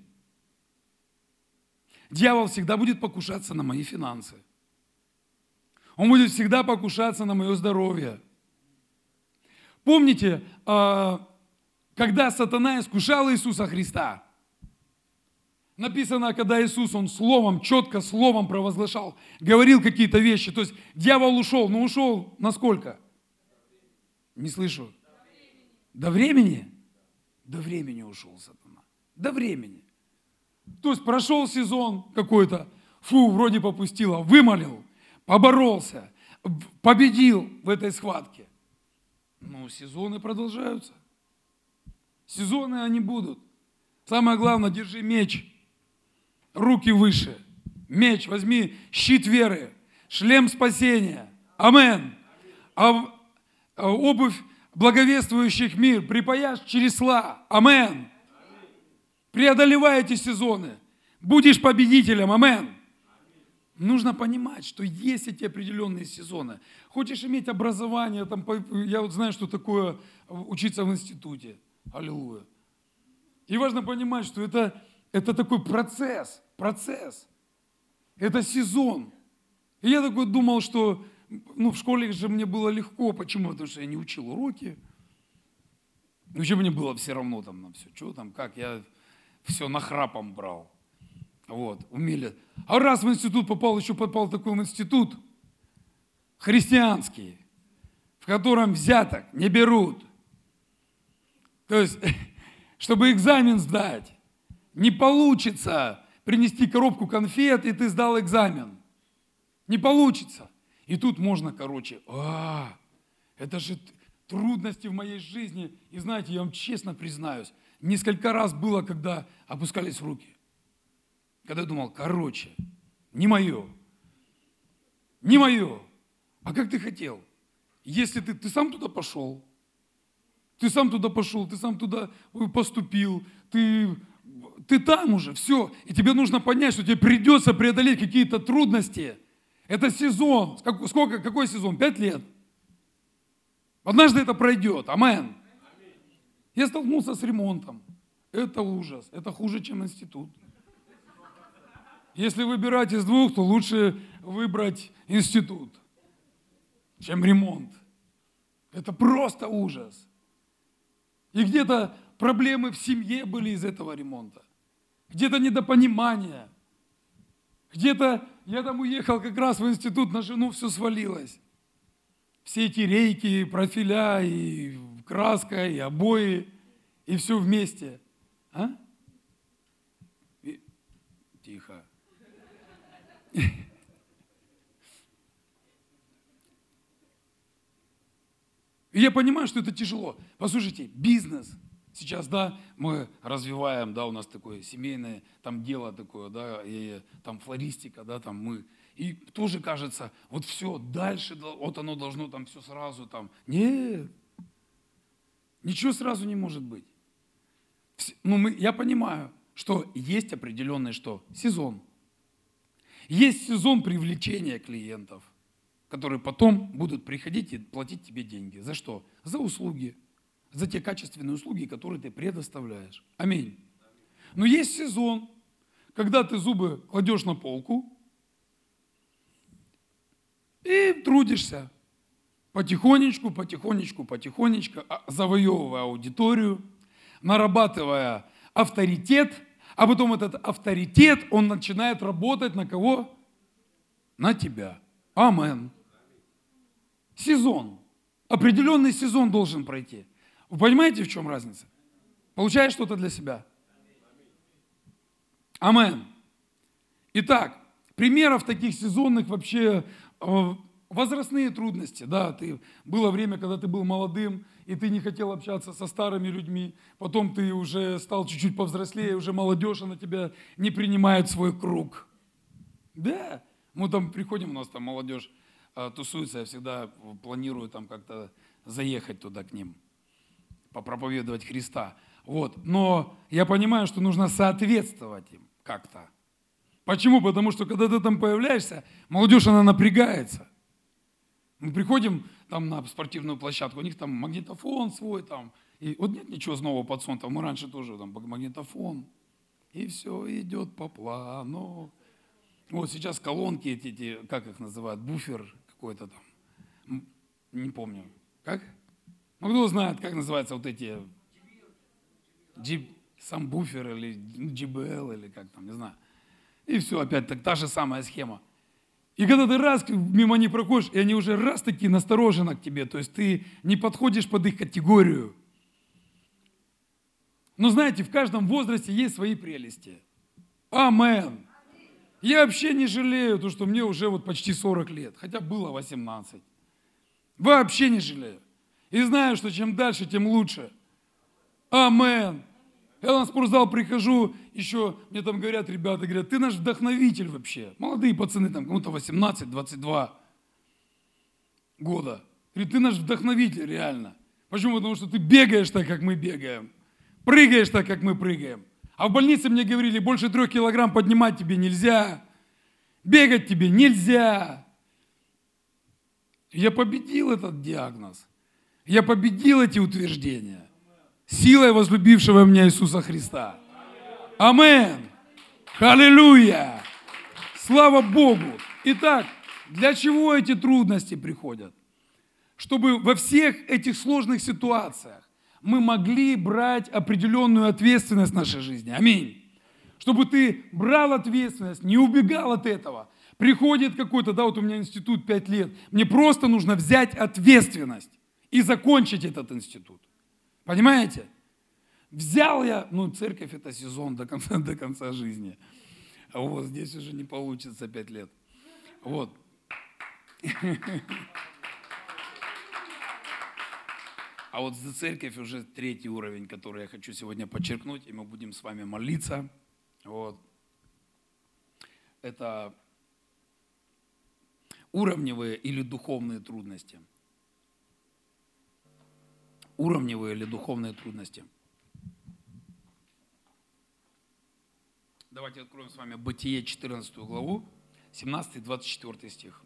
Дьявол всегда будет покушаться на мои финансы. Он будет всегда покушаться на мое здоровье. Помните, когда сатана искушал Иисуса Христа, написано, когда Иисус, он словом, четко словом провозглашал, говорил какие-то вещи. То есть дьявол ушел, но ушел насколько? Не слышу. До времени? До времени ушел сатана. До времени. То есть прошел сезон какой-то, вроде попустило, вымолил, поборолся, победил в этой схватке. Но сезоны продолжаются. Сезоны они будут. Самое главное, держи меч, руки выше. Меч, возьми щит веры, шлем спасения. Амен. Обувь благовествующих мир припаяшь чресла. Амен. Преодолевай эти сезоны. Будешь победителем. Амен. Нужно понимать, что есть эти определенные сезоны. Хочешь иметь образование, там, я вот знаю, что такое учиться в институте. Аллилуйя. И важно понимать, что это такой процесс. Это сезон. И я такой думал, что в школе же мне было легко. Почему? Потому что я не учил уроки. Вообще мне было все равно там на все. Что там, как, я все нахрапом брал. Вот, умели. А раз в институт попал такой в институт христианский, в котором взяток не берут. То есть, чтобы экзамен сдать, не получится принести коробку конфет, и ты сдал экзамен. Не получится. И тут можно, это же трудности в моей жизни. И знаете, я вам честно признаюсь, несколько раз было, когда опускались руки. Когда я думал, не мое. А как ты хотел? Если ты сам туда пошел, ты сам туда поступил, ты там уже, все. И тебе нужно понять, что тебе придется преодолеть какие-то трудности. Это сезон. Какой сезон? 5 лет. Однажды это пройдет. Амен. Я столкнулся с ремонтом. Это ужас. Это хуже, чем институт. Если выбирать из двух, то лучше выбрать институт, чем ремонт. Это просто ужас. И где-то проблемы в семье были из этого ремонта. Где-то недопонимание. Где-то я там уехал как раз в институт, на жену все свалилось. Все эти рейки, профиля, и краска, и обои, и все вместе. Тихо. И я понимаю, что это тяжело. Послушайте, бизнес. Сейчас, мы развиваем, у нас такое семейное, там дело такое, и там флористика, там мы. И тоже кажется, вот все, дальше, вот оно должно там все сразу там. Нет, ничего сразу не может быть. Я понимаю, что есть определенный сезон. Есть сезон привлечения клиентов, которые потом будут приходить и платить тебе деньги. За что? За услуги. За те качественные услуги, которые ты предоставляешь. Аминь. Но есть сезон, когда ты зубы кладешь на полку и трудишься. Потихонечку, завоевывая аудиторию, нарабатывая авторитет, А потом этот авторитет, он начинает работать на кого? На тебя. Амен. Сезон. Определенный сезон должен пройти. Вы понимаете, в чем разница? Получаешь что-то для себя? Амен. Итак, примеров таких сезонных вообще возрастные трудности. Да, было время, когда ты был молодым, и ты не хотел общаться со старыми людьми. Потом ты уже стал чуть-чуть повзрослее, уже молодежь, она тебя не принимает в свой круг. Да, мы там приходим, у нас там молодежь тусуется, я всегда планирую там как-то заехать туда к ним, попроповедовать Христа. Вот. Но я понимаю, что нужно соответствовать им как-то. Почему? Потому что когда ты там появляешься, молодежь, она напрягается. Мы приходим там на спортивную площадку, у них там магнитофон свой там. И вот нет ничего нового под солнцем. Мы раньше тоже там магнитофон. И все идет по плану. Вот сейчас колонки эти, как их называют, буфер какой-то там. Не помню. Как? Ну, кто знает, как называются вот эти... Сам буфер или JBL или как там, не знаю. И все, опять так, та же самая схема. И когда ты раз мимо них проходишь, и они уже раз такие настороженно к тебе, то есть ты не подходишь под их категорию. Но знаете, в каждом возрасте есть свои прелести. Амен. Я вообще не жалею, то, что мне уже вот почти 40 лет, хотя было 18. Вообще не жалею. И знаю, что чем дальше, тем лучше. Амен. Я на спортзал прихожу, еще мне там говорят ребята, говорят, ты наш вдохновитель вообще. Молодые пацаны, там кому-то 18-22 года. Говорит, ты наш вдохновитель реально. Почему? Потому что ты бегаешь так, как мы бегаем. Прыгаешь так, как мы прыгаем. А в больнице мне говорили, больше 3 килограмм поднимать тебе нельзя. Бегать тебе нельзя. Я победил этот диагноз. Я победил эти утверждения. Силой возлюбившего меня Иисуса Христа. Амен. Аллилуйя. Слава Богу. Итак, для чего эти трудности приходят? Чтобы во всех этих сложных ситуациях мы могли брать определенную ответственность в нашей жизни. Аминь. Чтобы ты брал ответственность, не убегал от этого. Приходит какой-то, да, вот у меня институт 5 лет. Мне просто нужно взять ответственность и закончить этот институт. Понимаете? Взял я, церковь это сезон до конца жизни. А вот здесь уже не получится 5 лет. Вот. А вот за церковь уже 3-й уровень, который я хочу сегодня подчеркнуть, и мы будем с вами молиться. Вот. Это уровневые или духовные трудности. Уровневые или духовные трудности. Давайте откроем с вами Бытие 14 главу, 17-24 стих.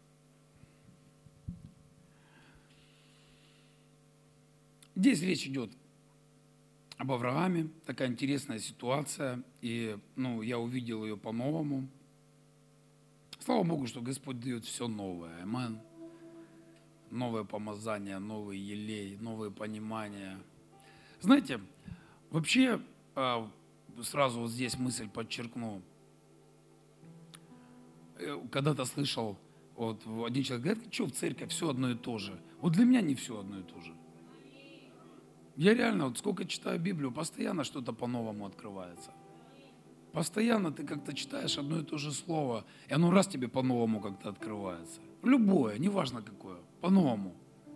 Здесь речь идет об Аврааме, такая интересная ситуация, и я увидел ее по-новому. Слава Богу, что Господь дает все новое. Амин. Новое помазание, новый елей, новые понимания. Знаете, вообще, сразу вот здесь мысль подчеркну. Когда-то слышал, вот один человек говорит, что в церковь все одно и то же. Вот для меня не все одно и то же. Я реально, вот сколько читаю Библию, постоянно что-то по-новому открывается. Постоянно ты как-то читаешь одно и то же слово, и оно раз тебе по-новому как-то открывается. Любое, неважно какое, по-новому.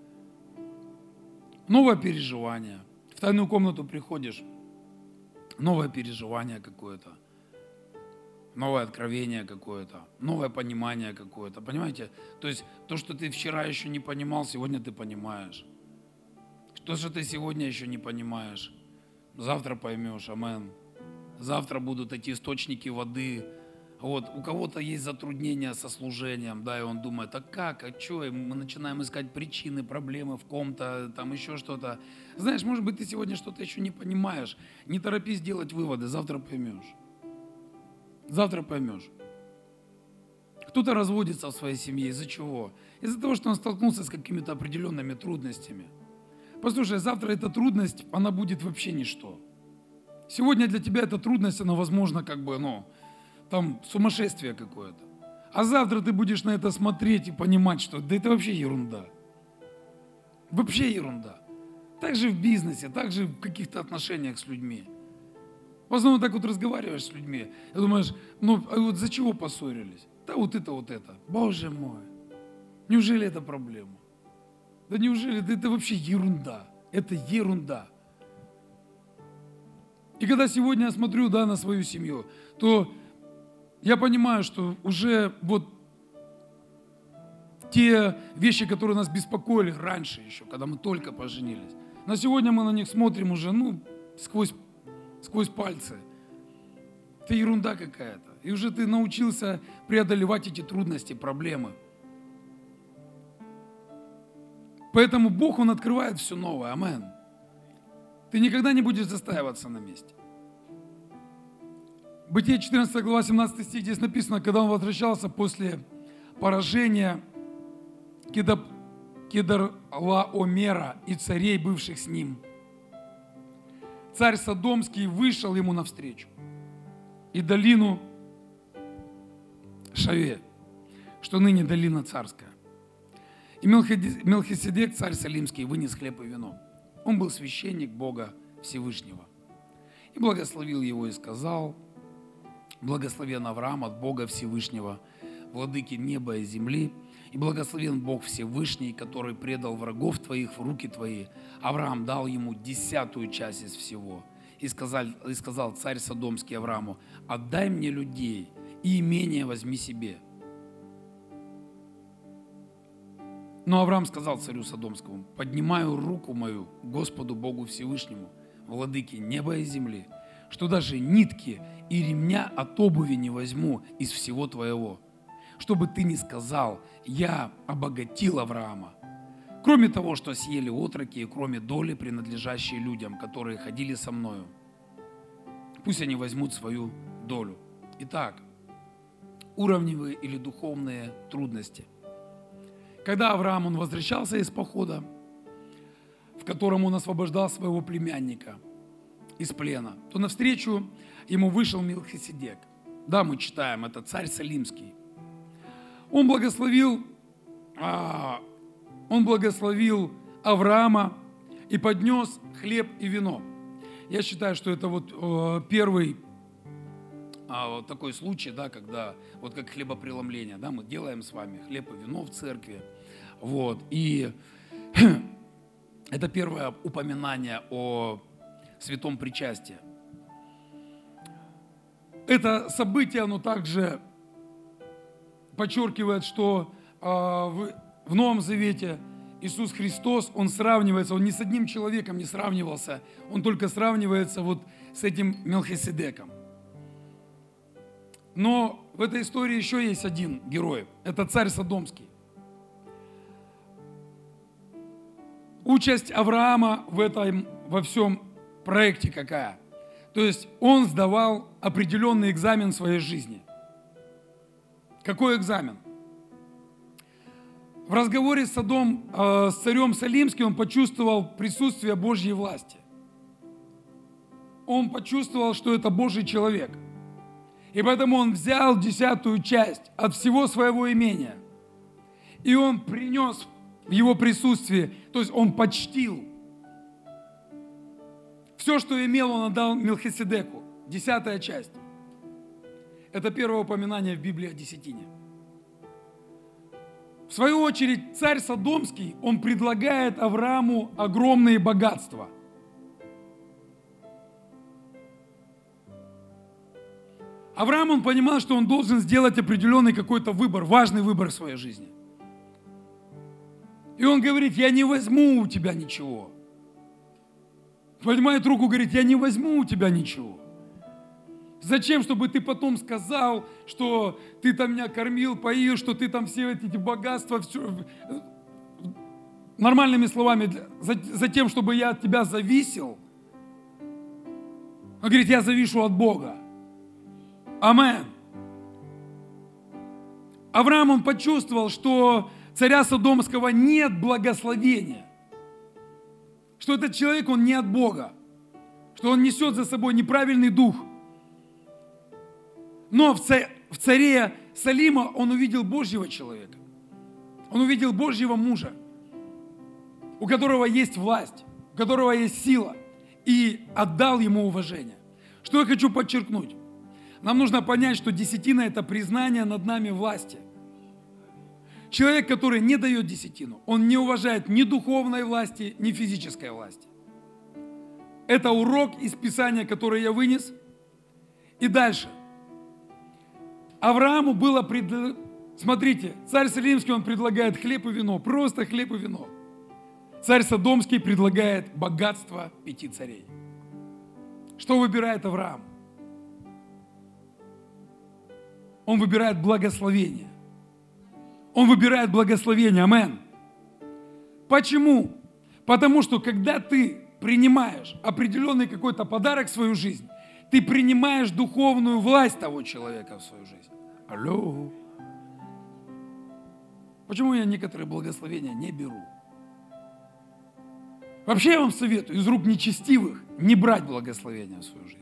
Новое переживание. В тайную комнату приходишь, новое переживание какое-то, новое откровение какое-то, новое понимание какое-то. Понимаете? То есть то, что ты вчера еще не понимал, сегодня ты понимаешь. То, что ты сегодня еще не понимаешь, завтра поймешь. Амен. Завтра будут эти источники воды. Вот. У кого-то есть затруднения со служением, да, и он думает, а как, а что? И мы начинаем искать причины, проблемы в ком-то, там еще что-то. Знаешь, может быть, ты сегодня что-то еще не понимаешь. Не торопись делать выводы, завтра поймешь. Завтра поймешь. Кто-то разводится в своей семье. Из-за чего? Из-за того, что он столкнулся с какими-то определенными трудностями. Послушай, завтра эта трудность, она будет вообще ничто. Сегодня для тебя эта трудность, она, возможно, там сумасшествие какое-то. А завтра ты будешь на это смотреть и понимать, что да это вообще ерунда. Вообще ерунда. Так же в бизнесе, так же в каких-то отношениях с людьми. В основном так вот разговариваешь с людьми, и думаешь, а вот за чего поссорились? Да вот это. Боже мой, неужели это проблема? Да неужели, да это вообще ерунда. Это ерунда. И когда сегодня я смотрю, на свою семью, то я понимаю, что уже вот те вещи, которые нас беспокоили раньше еще, когда мы только поженились, на сегодня мы на них смотрим уже, сквозь пальцы. Это ерунда какая-то. И уже ты научился преодолевать эти трудности, проблемы. Поэтому Бог, Он открывает все новое. Амен. Ты никогда не будешь застаиваться на месте. Бытие 14 глава 17 стих, здесь написано, когда он возвращался после поражения Кедарлаомера и царей, бывших с ним, царь Содомский вышел ему навстречу и долину Шаве, что ныне долина царская. И Мелхиседек, царь Салимский, вынес хлеб и вино. Он был священник Бога Всевышнего. И благословил его и сказал: благословен Авраам от Бога Всевышнего, владыки неба и земли, и благословен Бог Всевышний, который предал врагов твоих в руки твои. Авраам дал ему 10-ую часть из всего. И сказал царь Содомский Аврааму: отдай мне людей, и имение возьми себе. Но Авраам сказал царю Содомскому: поднимаю руку мою Господу Богу Всевышнему, владыке неба и земли, что даже нитки и ремня от обуви не возьму из всего твоего, чтобы ты не сказал: я обогатил Авраама, кроме того, что съели отроки, и кроме доли, принадлежащей людям, которые ходили со мною. Пусть они возьмут свою долю. Итак, уровневые или духовные трудности. Когда Авраам, он возвращался из похода, в котором он освобождал своего племянника из плена, то навстречу ему вышел Мелхиседек. Да, мы читаем, это царь Салимский. Он благословил Авраама и поднес хлеб и вино. Я считаю, что это первый такой случай, когда как хлебопреломление, мы делаем с вами хлеб и вино в церкви. И это первое упоминание о святом причастии. Это событие, оно также подчеркивает, что в Новом Завете Иисус Христос, Он сравнивается, Он ни с одним человеком не сравнивался, Он только сравнивается с этим Мелхиседеком. Но в этой истории еще есть один герой, это царь Содомский. Участь Авраама во всем проекте какая? То есть он сдавал определенный экзамен в своей жизни. Какой экзамен? В разговоре с царем Салимским он почувствовал присутствие Божьей власти. Он почувствовал, что это Божий человек. И поэтому он взял 10-ю часть от всего своего имения. И он принес в его присутствии, то есть он почтил. Все, что имел, он отдал Мелхиседеку. 10-я часть. Это первое упоминание в Библии о десятине. В свою очередь, царь Содомский, он предлагает Аврааму огромные богатства. Авраам, он понимал, что он должен сделать определенный какой-то выбор, важный выбор в своей жизни. И он говорит: я не возьму у тебя ничего. Поднимает руку, говорит: я не возьму у тебя ничего. Зачем? Чтобы ты потом сказал, что ты там меня кормил, поил, что ты там все эти богатства, все... Нормальными словами, за тем, чтобы я от тебя зависел. Он говорит: я завишу от Бога. Амен. Авраам, он почувствовал, что царя Содомского нет благословения. Что этот человек, он не от Бога. что он несет за собой неправильный дух. Но в царе Салима он увидел Божьего человека. Он увидел Божьего мужа, у которого есть власть, у которого есть сила, и отдал ему уважение. Что я хочу подчеркнуть? Нам нужно понять, что десятина – это признание над нами власти. Человек, который не дает десятину, он не уважает ни духовной власти, ни физической власти. Это урок из Писания, который я вынес. И дальше. Аврааму было Смотрите, царь Салимский, он предлагает хлеб и вино, просто хлеб и вино. Царь Содомский предлагает богатство 5 царей. Что выбирает Авраам? Он выбирает благословение. Он выбирает благословение. Амен. Почему? Потому что когда ты принимаешь определенный какой-то подарок в свою жизнь, ты принимаешь духовную власть того человека в свою жизнь. Алло. Почему я некоторые благословения не беру? Вообще я вам советую из рук нечестивых не брать благословения в свою жизнь.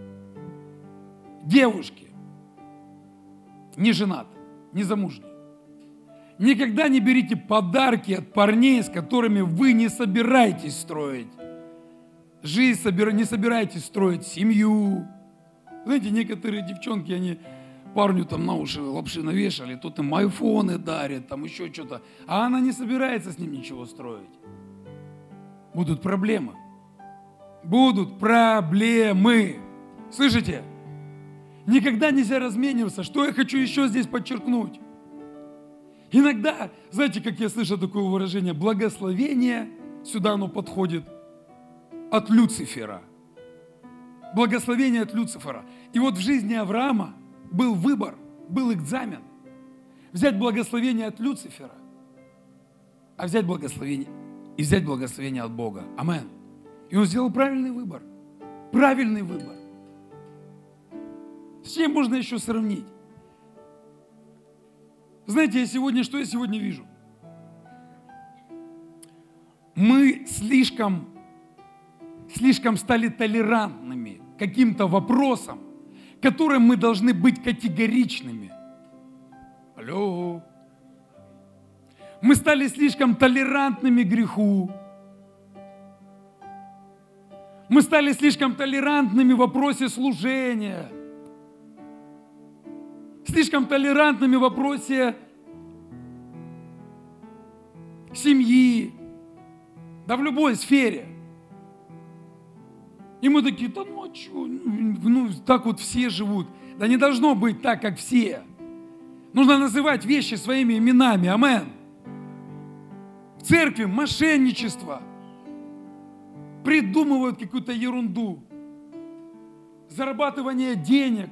Девушки, не женатые, не замужние, никогда не берите подарки от парней, с которыми вы не собираетесь строить жизнь, не собираетесь строить семью. Знаете, некоторые девчонки, они парню там на уши лапши навешали, тут им айфоны дарят, там еще что-то, а она не собирается с ним ничего строить. Будут проблемы. Будут проблемы. Слышите? Никогда нельзя размениваться. Что я хочу еще здесь подчеркнуть? Иногда, знаете, как я слышу такое выражение, благословение, сюда оно подходит, от Люцифера. Благословение от Люцифера. И вот в жизни Авраама был выбор, был экзамен. Взять благословение от Люцифера, а взять благословение от Бога. Амен. И он сделал правильный выбор. Правильный выбор. С чем можно еще сравнить? Знаете, что я сегодня вижу? Мы слишком стали толерантными к каким-то вопросам, которым мы должны быть категоричными. Алло. Мы стали слишком толерантными к греху. Мы стали слишком толерантными в вопросе служения. Слишком толерантными в вопросе семьи. Да в любой сфере. И мы такие, да ну а что? Так вот все живут. Да не должно быть так, как все. Нужно называть вещи своими именами. Амен. В церкви мошенничество. Придумывают какую-то ерунду. Зарабатывание денег.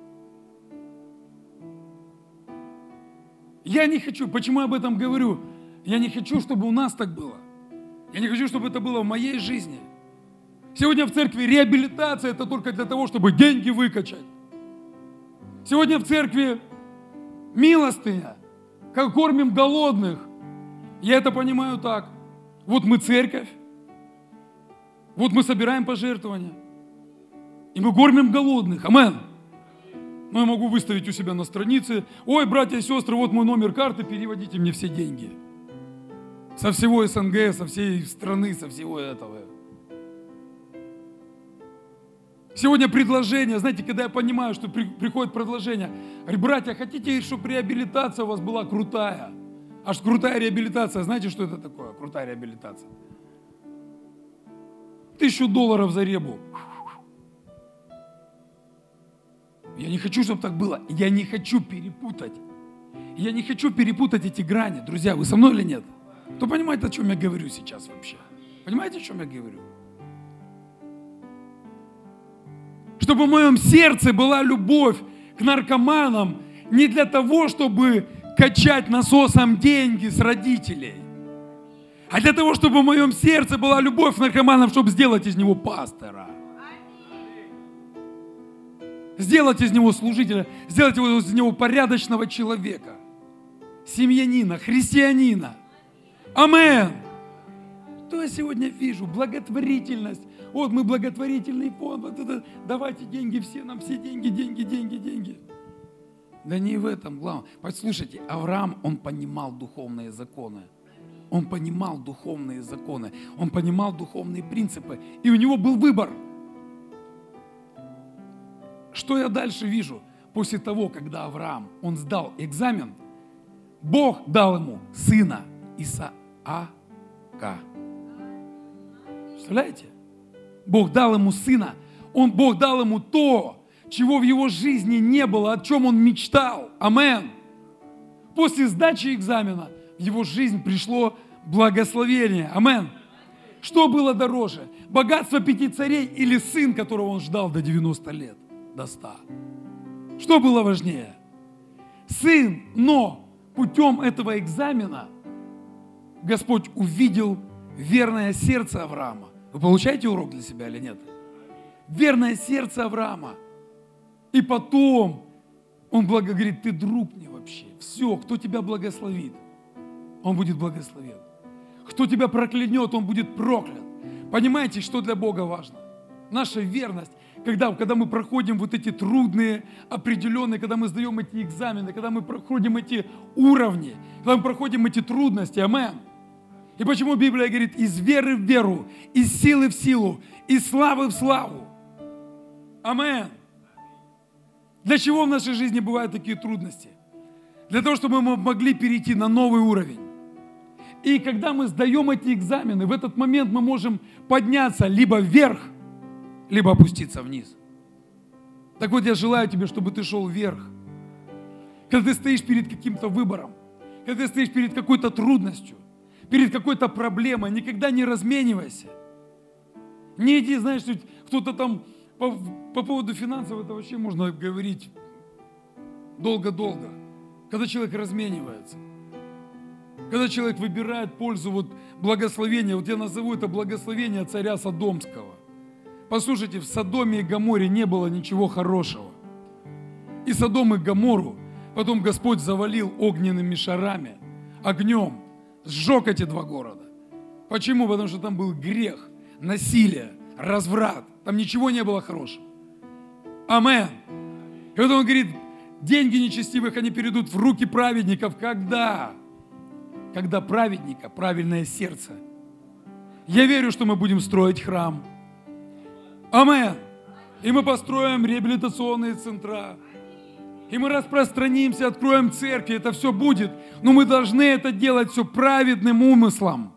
Я не хочу, почему я об этом говорю? Я не хочу, чтобы у нас так было. Я не хочу, чтобы это было в моей жизни. Сегодня в церкви реабилитация – это только для того, чтобы деньги выкачать. Сегодня в церкви милостыня, как кормим голодных. Я это понимаю так. Вот мы церковь, вот мы собираем пожертвования, и мы кормим голодных. Амен. Но я могу выставить у себя на странице: ой, братья и сестры, вот мой номер карты, переводите мне все деньги. Со всего СНГ, со всей страны, со всего этого. Сегодня предложение, знаете, когда я понимаю, что приходит предложение, говорю: братья, хотите, чтобы реабилитация у вас была крутая? Аж крутая реабилитация, знаете, что это такое? Крутая реабилитация. $1000 за ребу. Я не хочу, чтобы так было. Я не хочу перепутать. Я не хочу перепутать эти грани. Друзья, вы со мной или нет? Кто понимает, о чем я говорю сейчас вообще? Понимаете, о чем я говорю? Чтобы в моем сердце была любовь к наркоманам не для того, чтобы качать насосом деньги с родителей, а для того, чтобы в моем сердце была любовь к наркоманам, чтобы сделать из него пастора. Сделать из него служителя, сделать из него порядочного человека, семьянина, христианина. Амен. Что я сегодня вижу? Благотворительность. Вот мы благотворительный фонд, вот это, давайте деньги все, нам все деньги, деньги, деньги, деньги. Да не в этом главное. Послушайте, Авраам, он понимал духовные законы. Он понимал духовные законы. Он понимал духовные принципы. И у него был выбор. Что я дальше вижу? После того, когда Авраам, он сдал экзамен, Бог дал ему сына Исаака. Представляете? Бог дал ему сына. Бог дал ему то, чего в его жизни не было, о чем он мечтал. Амен. После сдачи экзамена в его жизнь пришло благословение. Амен. Что было дороже? Богатство 5 царей или сын, которого он ждал до 90 лет, до 100? Что было важнее? Сын, но путем этого экзамена Господь увидел верное сердце Авраама. Вы получаете урок для себя или нет? Верное сердце Авраама. И потом он говорит, ты друг мне вообще. Все, кто тебя благословит, он будет благословен. Кто тебя проклянет, он будет проклят. Понимаете, что для Бога важно? Наша верность, когда мы проходим вот эти трудные, определенные, когда мы сдаем эти экзамены, когда мы проходим эти уровни, когда мы проходим эти трудности. Амен. И почему Библия говорит, из веры в веру, из силы в силу, из славы в славу. Амен. Для чего в нашей жизни бывают такие трудности? Для того, чтобы мы могли перейти на новый уровень. И когда мы сдаем эти экзамены, в этот момент мы можем подняться либо вверх, либо опуститься вниз. Так вот, я желаю тебе, чтобы ты шел вверх. Когда ты стоишь перед каким-то выбором, когда ты стоишь перед какой-то трудностью, перед какой-то проблемой, никогда не разменивайся. Не иди, знаешь, кто-то там по поводу финансов, это вообще можно говорить долго-долго. Когда человек разменивается, когда человек выбирает пользу, благословения, я назову это благословение царя Содомского. Послушайте, в Содоме и Гоморе не было ничего хорошего. И Содом и Гомору потом Господь завалил огненными шарами, огнем, сжег эти 2 города. Почему? Потому что там был грех, насилие, разврат. Там ничего не было хорошего. Амен. И вот он говорит, деньги нечестивых, они перейдут в руки праведников. Когда? Когда праведника правильное сердце. Я верю, что мы будем строить храм. Амен. И мы построим реабилитационные центра. И мы распространимся, откроем церкви. Это все будет. Но мы должны это делать все праведным умыслом.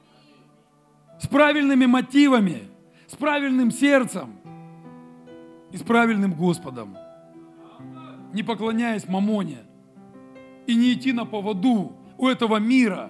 С правильными мотивами. С правильным сердцем. И с правильным Господом. Не поклоняясь мамоне. И не идти на поводу у этого мира.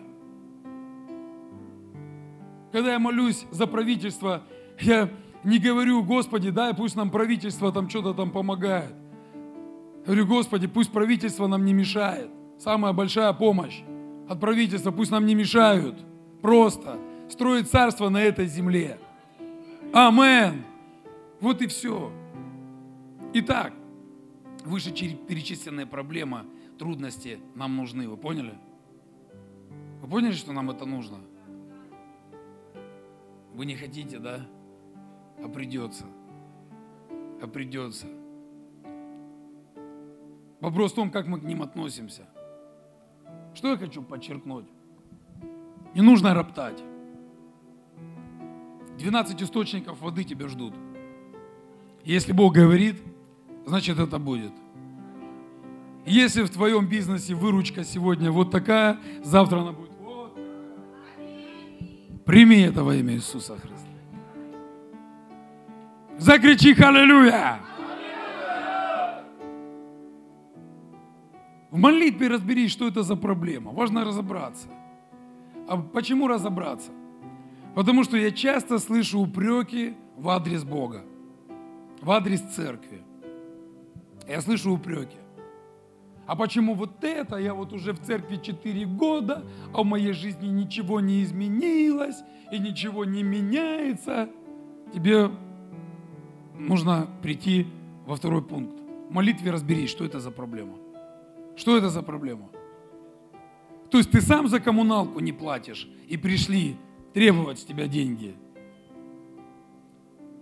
Когда я молюсь за правительство, я не говорю, Господи, дай, пусть нам правительство там что-то там помогает. Я говорю, Господи, пусть правительство нам не мешает. Самая большая помощь от правительства, пусть нам не мешают. Просто строить царство на этой земле. Амен. Вот и все. Итак, вышеперечисленные проблемы, трудности нам нужны. Вы поняли? Вы поняли, что нам это нужно? Вы не хотите, да? А придется. А придется. Вопрос в том, как мы к ним относимся. Что я хочу подчеркнуть? Не нужно роптать. 12 источников воды тебя ждут. Если Бог говорит, значит это будет. Если в твоем бизнесе выручка сегодня вот такая, завтра она будет вот. Прими это во имя Иисуса Христа. Закричи «Аллилуйя!» В молитве разберись, что это за проблема. Важно разобраться. А почему разобраться? Потому что я часто слышу упреки в адрес Бога, в адрес церкви. Я слышу упреки. А почему вот это? Я вот уже в церкви 4 года, а в моей жизни ничего не изменилось и ничего не меняется. Тебе нужно прийти во 2 пункт. В молитве разберись, что это за проблема. Что это за проблема? То есть ты сам за коммуналку не платишь и пришли требовать с тебя деньги.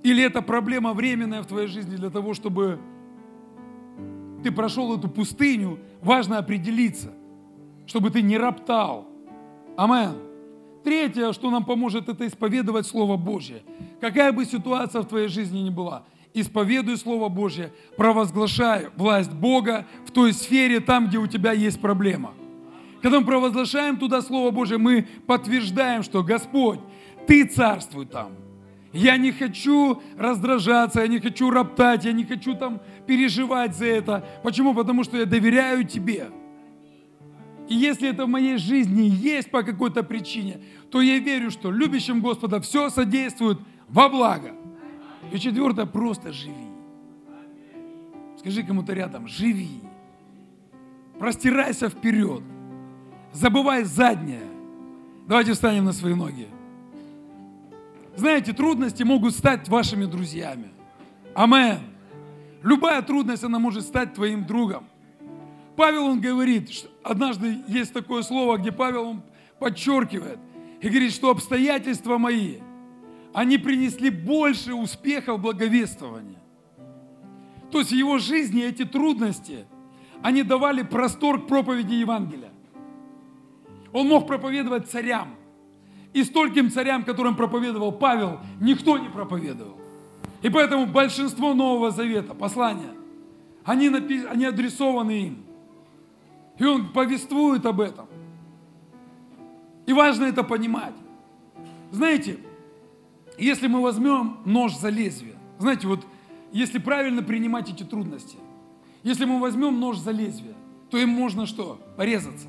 Или это проблема временная в твоей жизни для того, чтобы ты прошел эту пустыню, важно определиться, чтобы ты не роптал. Амин. Третье, что нам поможет, это исповедовать Слово Божье. Какая бы ситуация в твоей жизни ни была, исповедуй Слово Божье, провозглашай власть Бога в той сфере, там, где у тебя есть проблема. Когда мы провозглашаем туда Слово Божье, мы подтверждаем, что Господь, Ты царствуй там. Я не хочу раздражаться, я не хочу роптать, я не хочу там переживать за это. Почему? Потому что я доверяю Тебе. И если это в моей жизни есть по какой-то причине, то я верю, что любящим Господа все содействует во благо. И четвертое, просто живи. Скажи кому-то рядом, живи. Простирайся вперед. Забывай заднее. Давайте встанем на свои ноги. Знаете, трудности могут стать вашими друзьями. Амен. Любая трудность, она может стать твоим другом. Павел, он говорит, что однажды есть такое слово, где Павел, он подчеркивает и говорит, что обстоятельства мои, они принесли больше успеха в благовествовании. То есть в его жизни эти трудности, они давали простор к проповеди Евангелия. Он мог проповедовать царям. И стольким царям, которым проповедовал Павел, никто не проповедовал. И поэтому большинство Нового Завета, послания, они адресованы им. И он повествует об этом. И важно это понимать. Знаете, если мы возьмем нож за лезвие, знаете, вот если правильно принимать эти трудности, если мы возьмем нож за лезвие, то им можно что? Порезаться.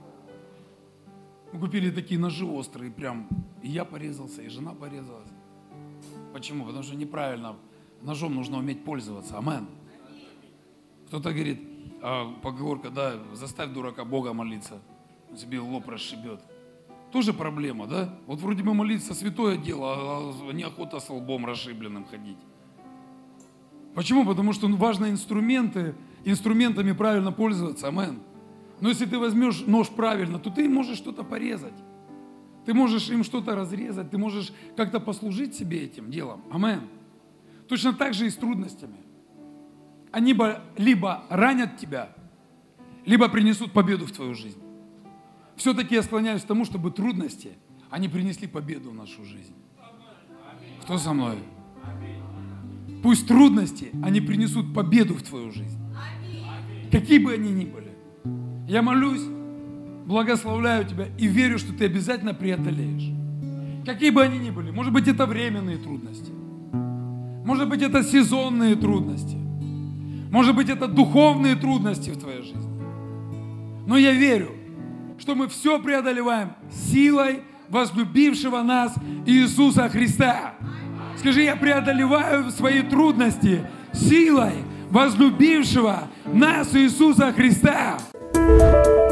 Мы купили такие ножи острые, прям и я порезался, и жена порезалась. Почему? Потому что неправильно ножом нужно уметь пользоваться. Амен. Кто-то говорит, поговорка, да, заставь дурака Бога молиться, он тебе лоб расшибет. Тоже проблема, да? Вот вроде бы молиться святое дело, а неохота с лбом расшибленным ходить. Почему? Потому что важно инструментами правильно пользоваться. Амен. Но если ты возьмешь нож правильно, то ты можешь что-то порезать. Ты можешь им что-то разрезать, ты можешь как-то послужить себе этим делом. Амен. Точно так же и с трудностями. Они либо ранят тебя, либо принесут победу в твою жизнь. Все-таки я склоняюсь к тому, чтобы трудности, они принесли победу в нашу жизнь. Кто со мной? Пусть трудности, они принесут победу в твою жизнь. Какие бы они ни были. Я молюсь, благословляю тебя и верю, что ты обязательно преодолеешь. Какие бы они ни были. Может быть, это временные трудности. Может быть, это сезонные трудности. Может быть, это духовные трудности в твоей жизни. Но я верю, что мы все преодолеваем силой возлюбившего нас Иисуса Христа. Скажи, я преодолеваю свои трудности силой возлюбившего нас Иисуса Христа.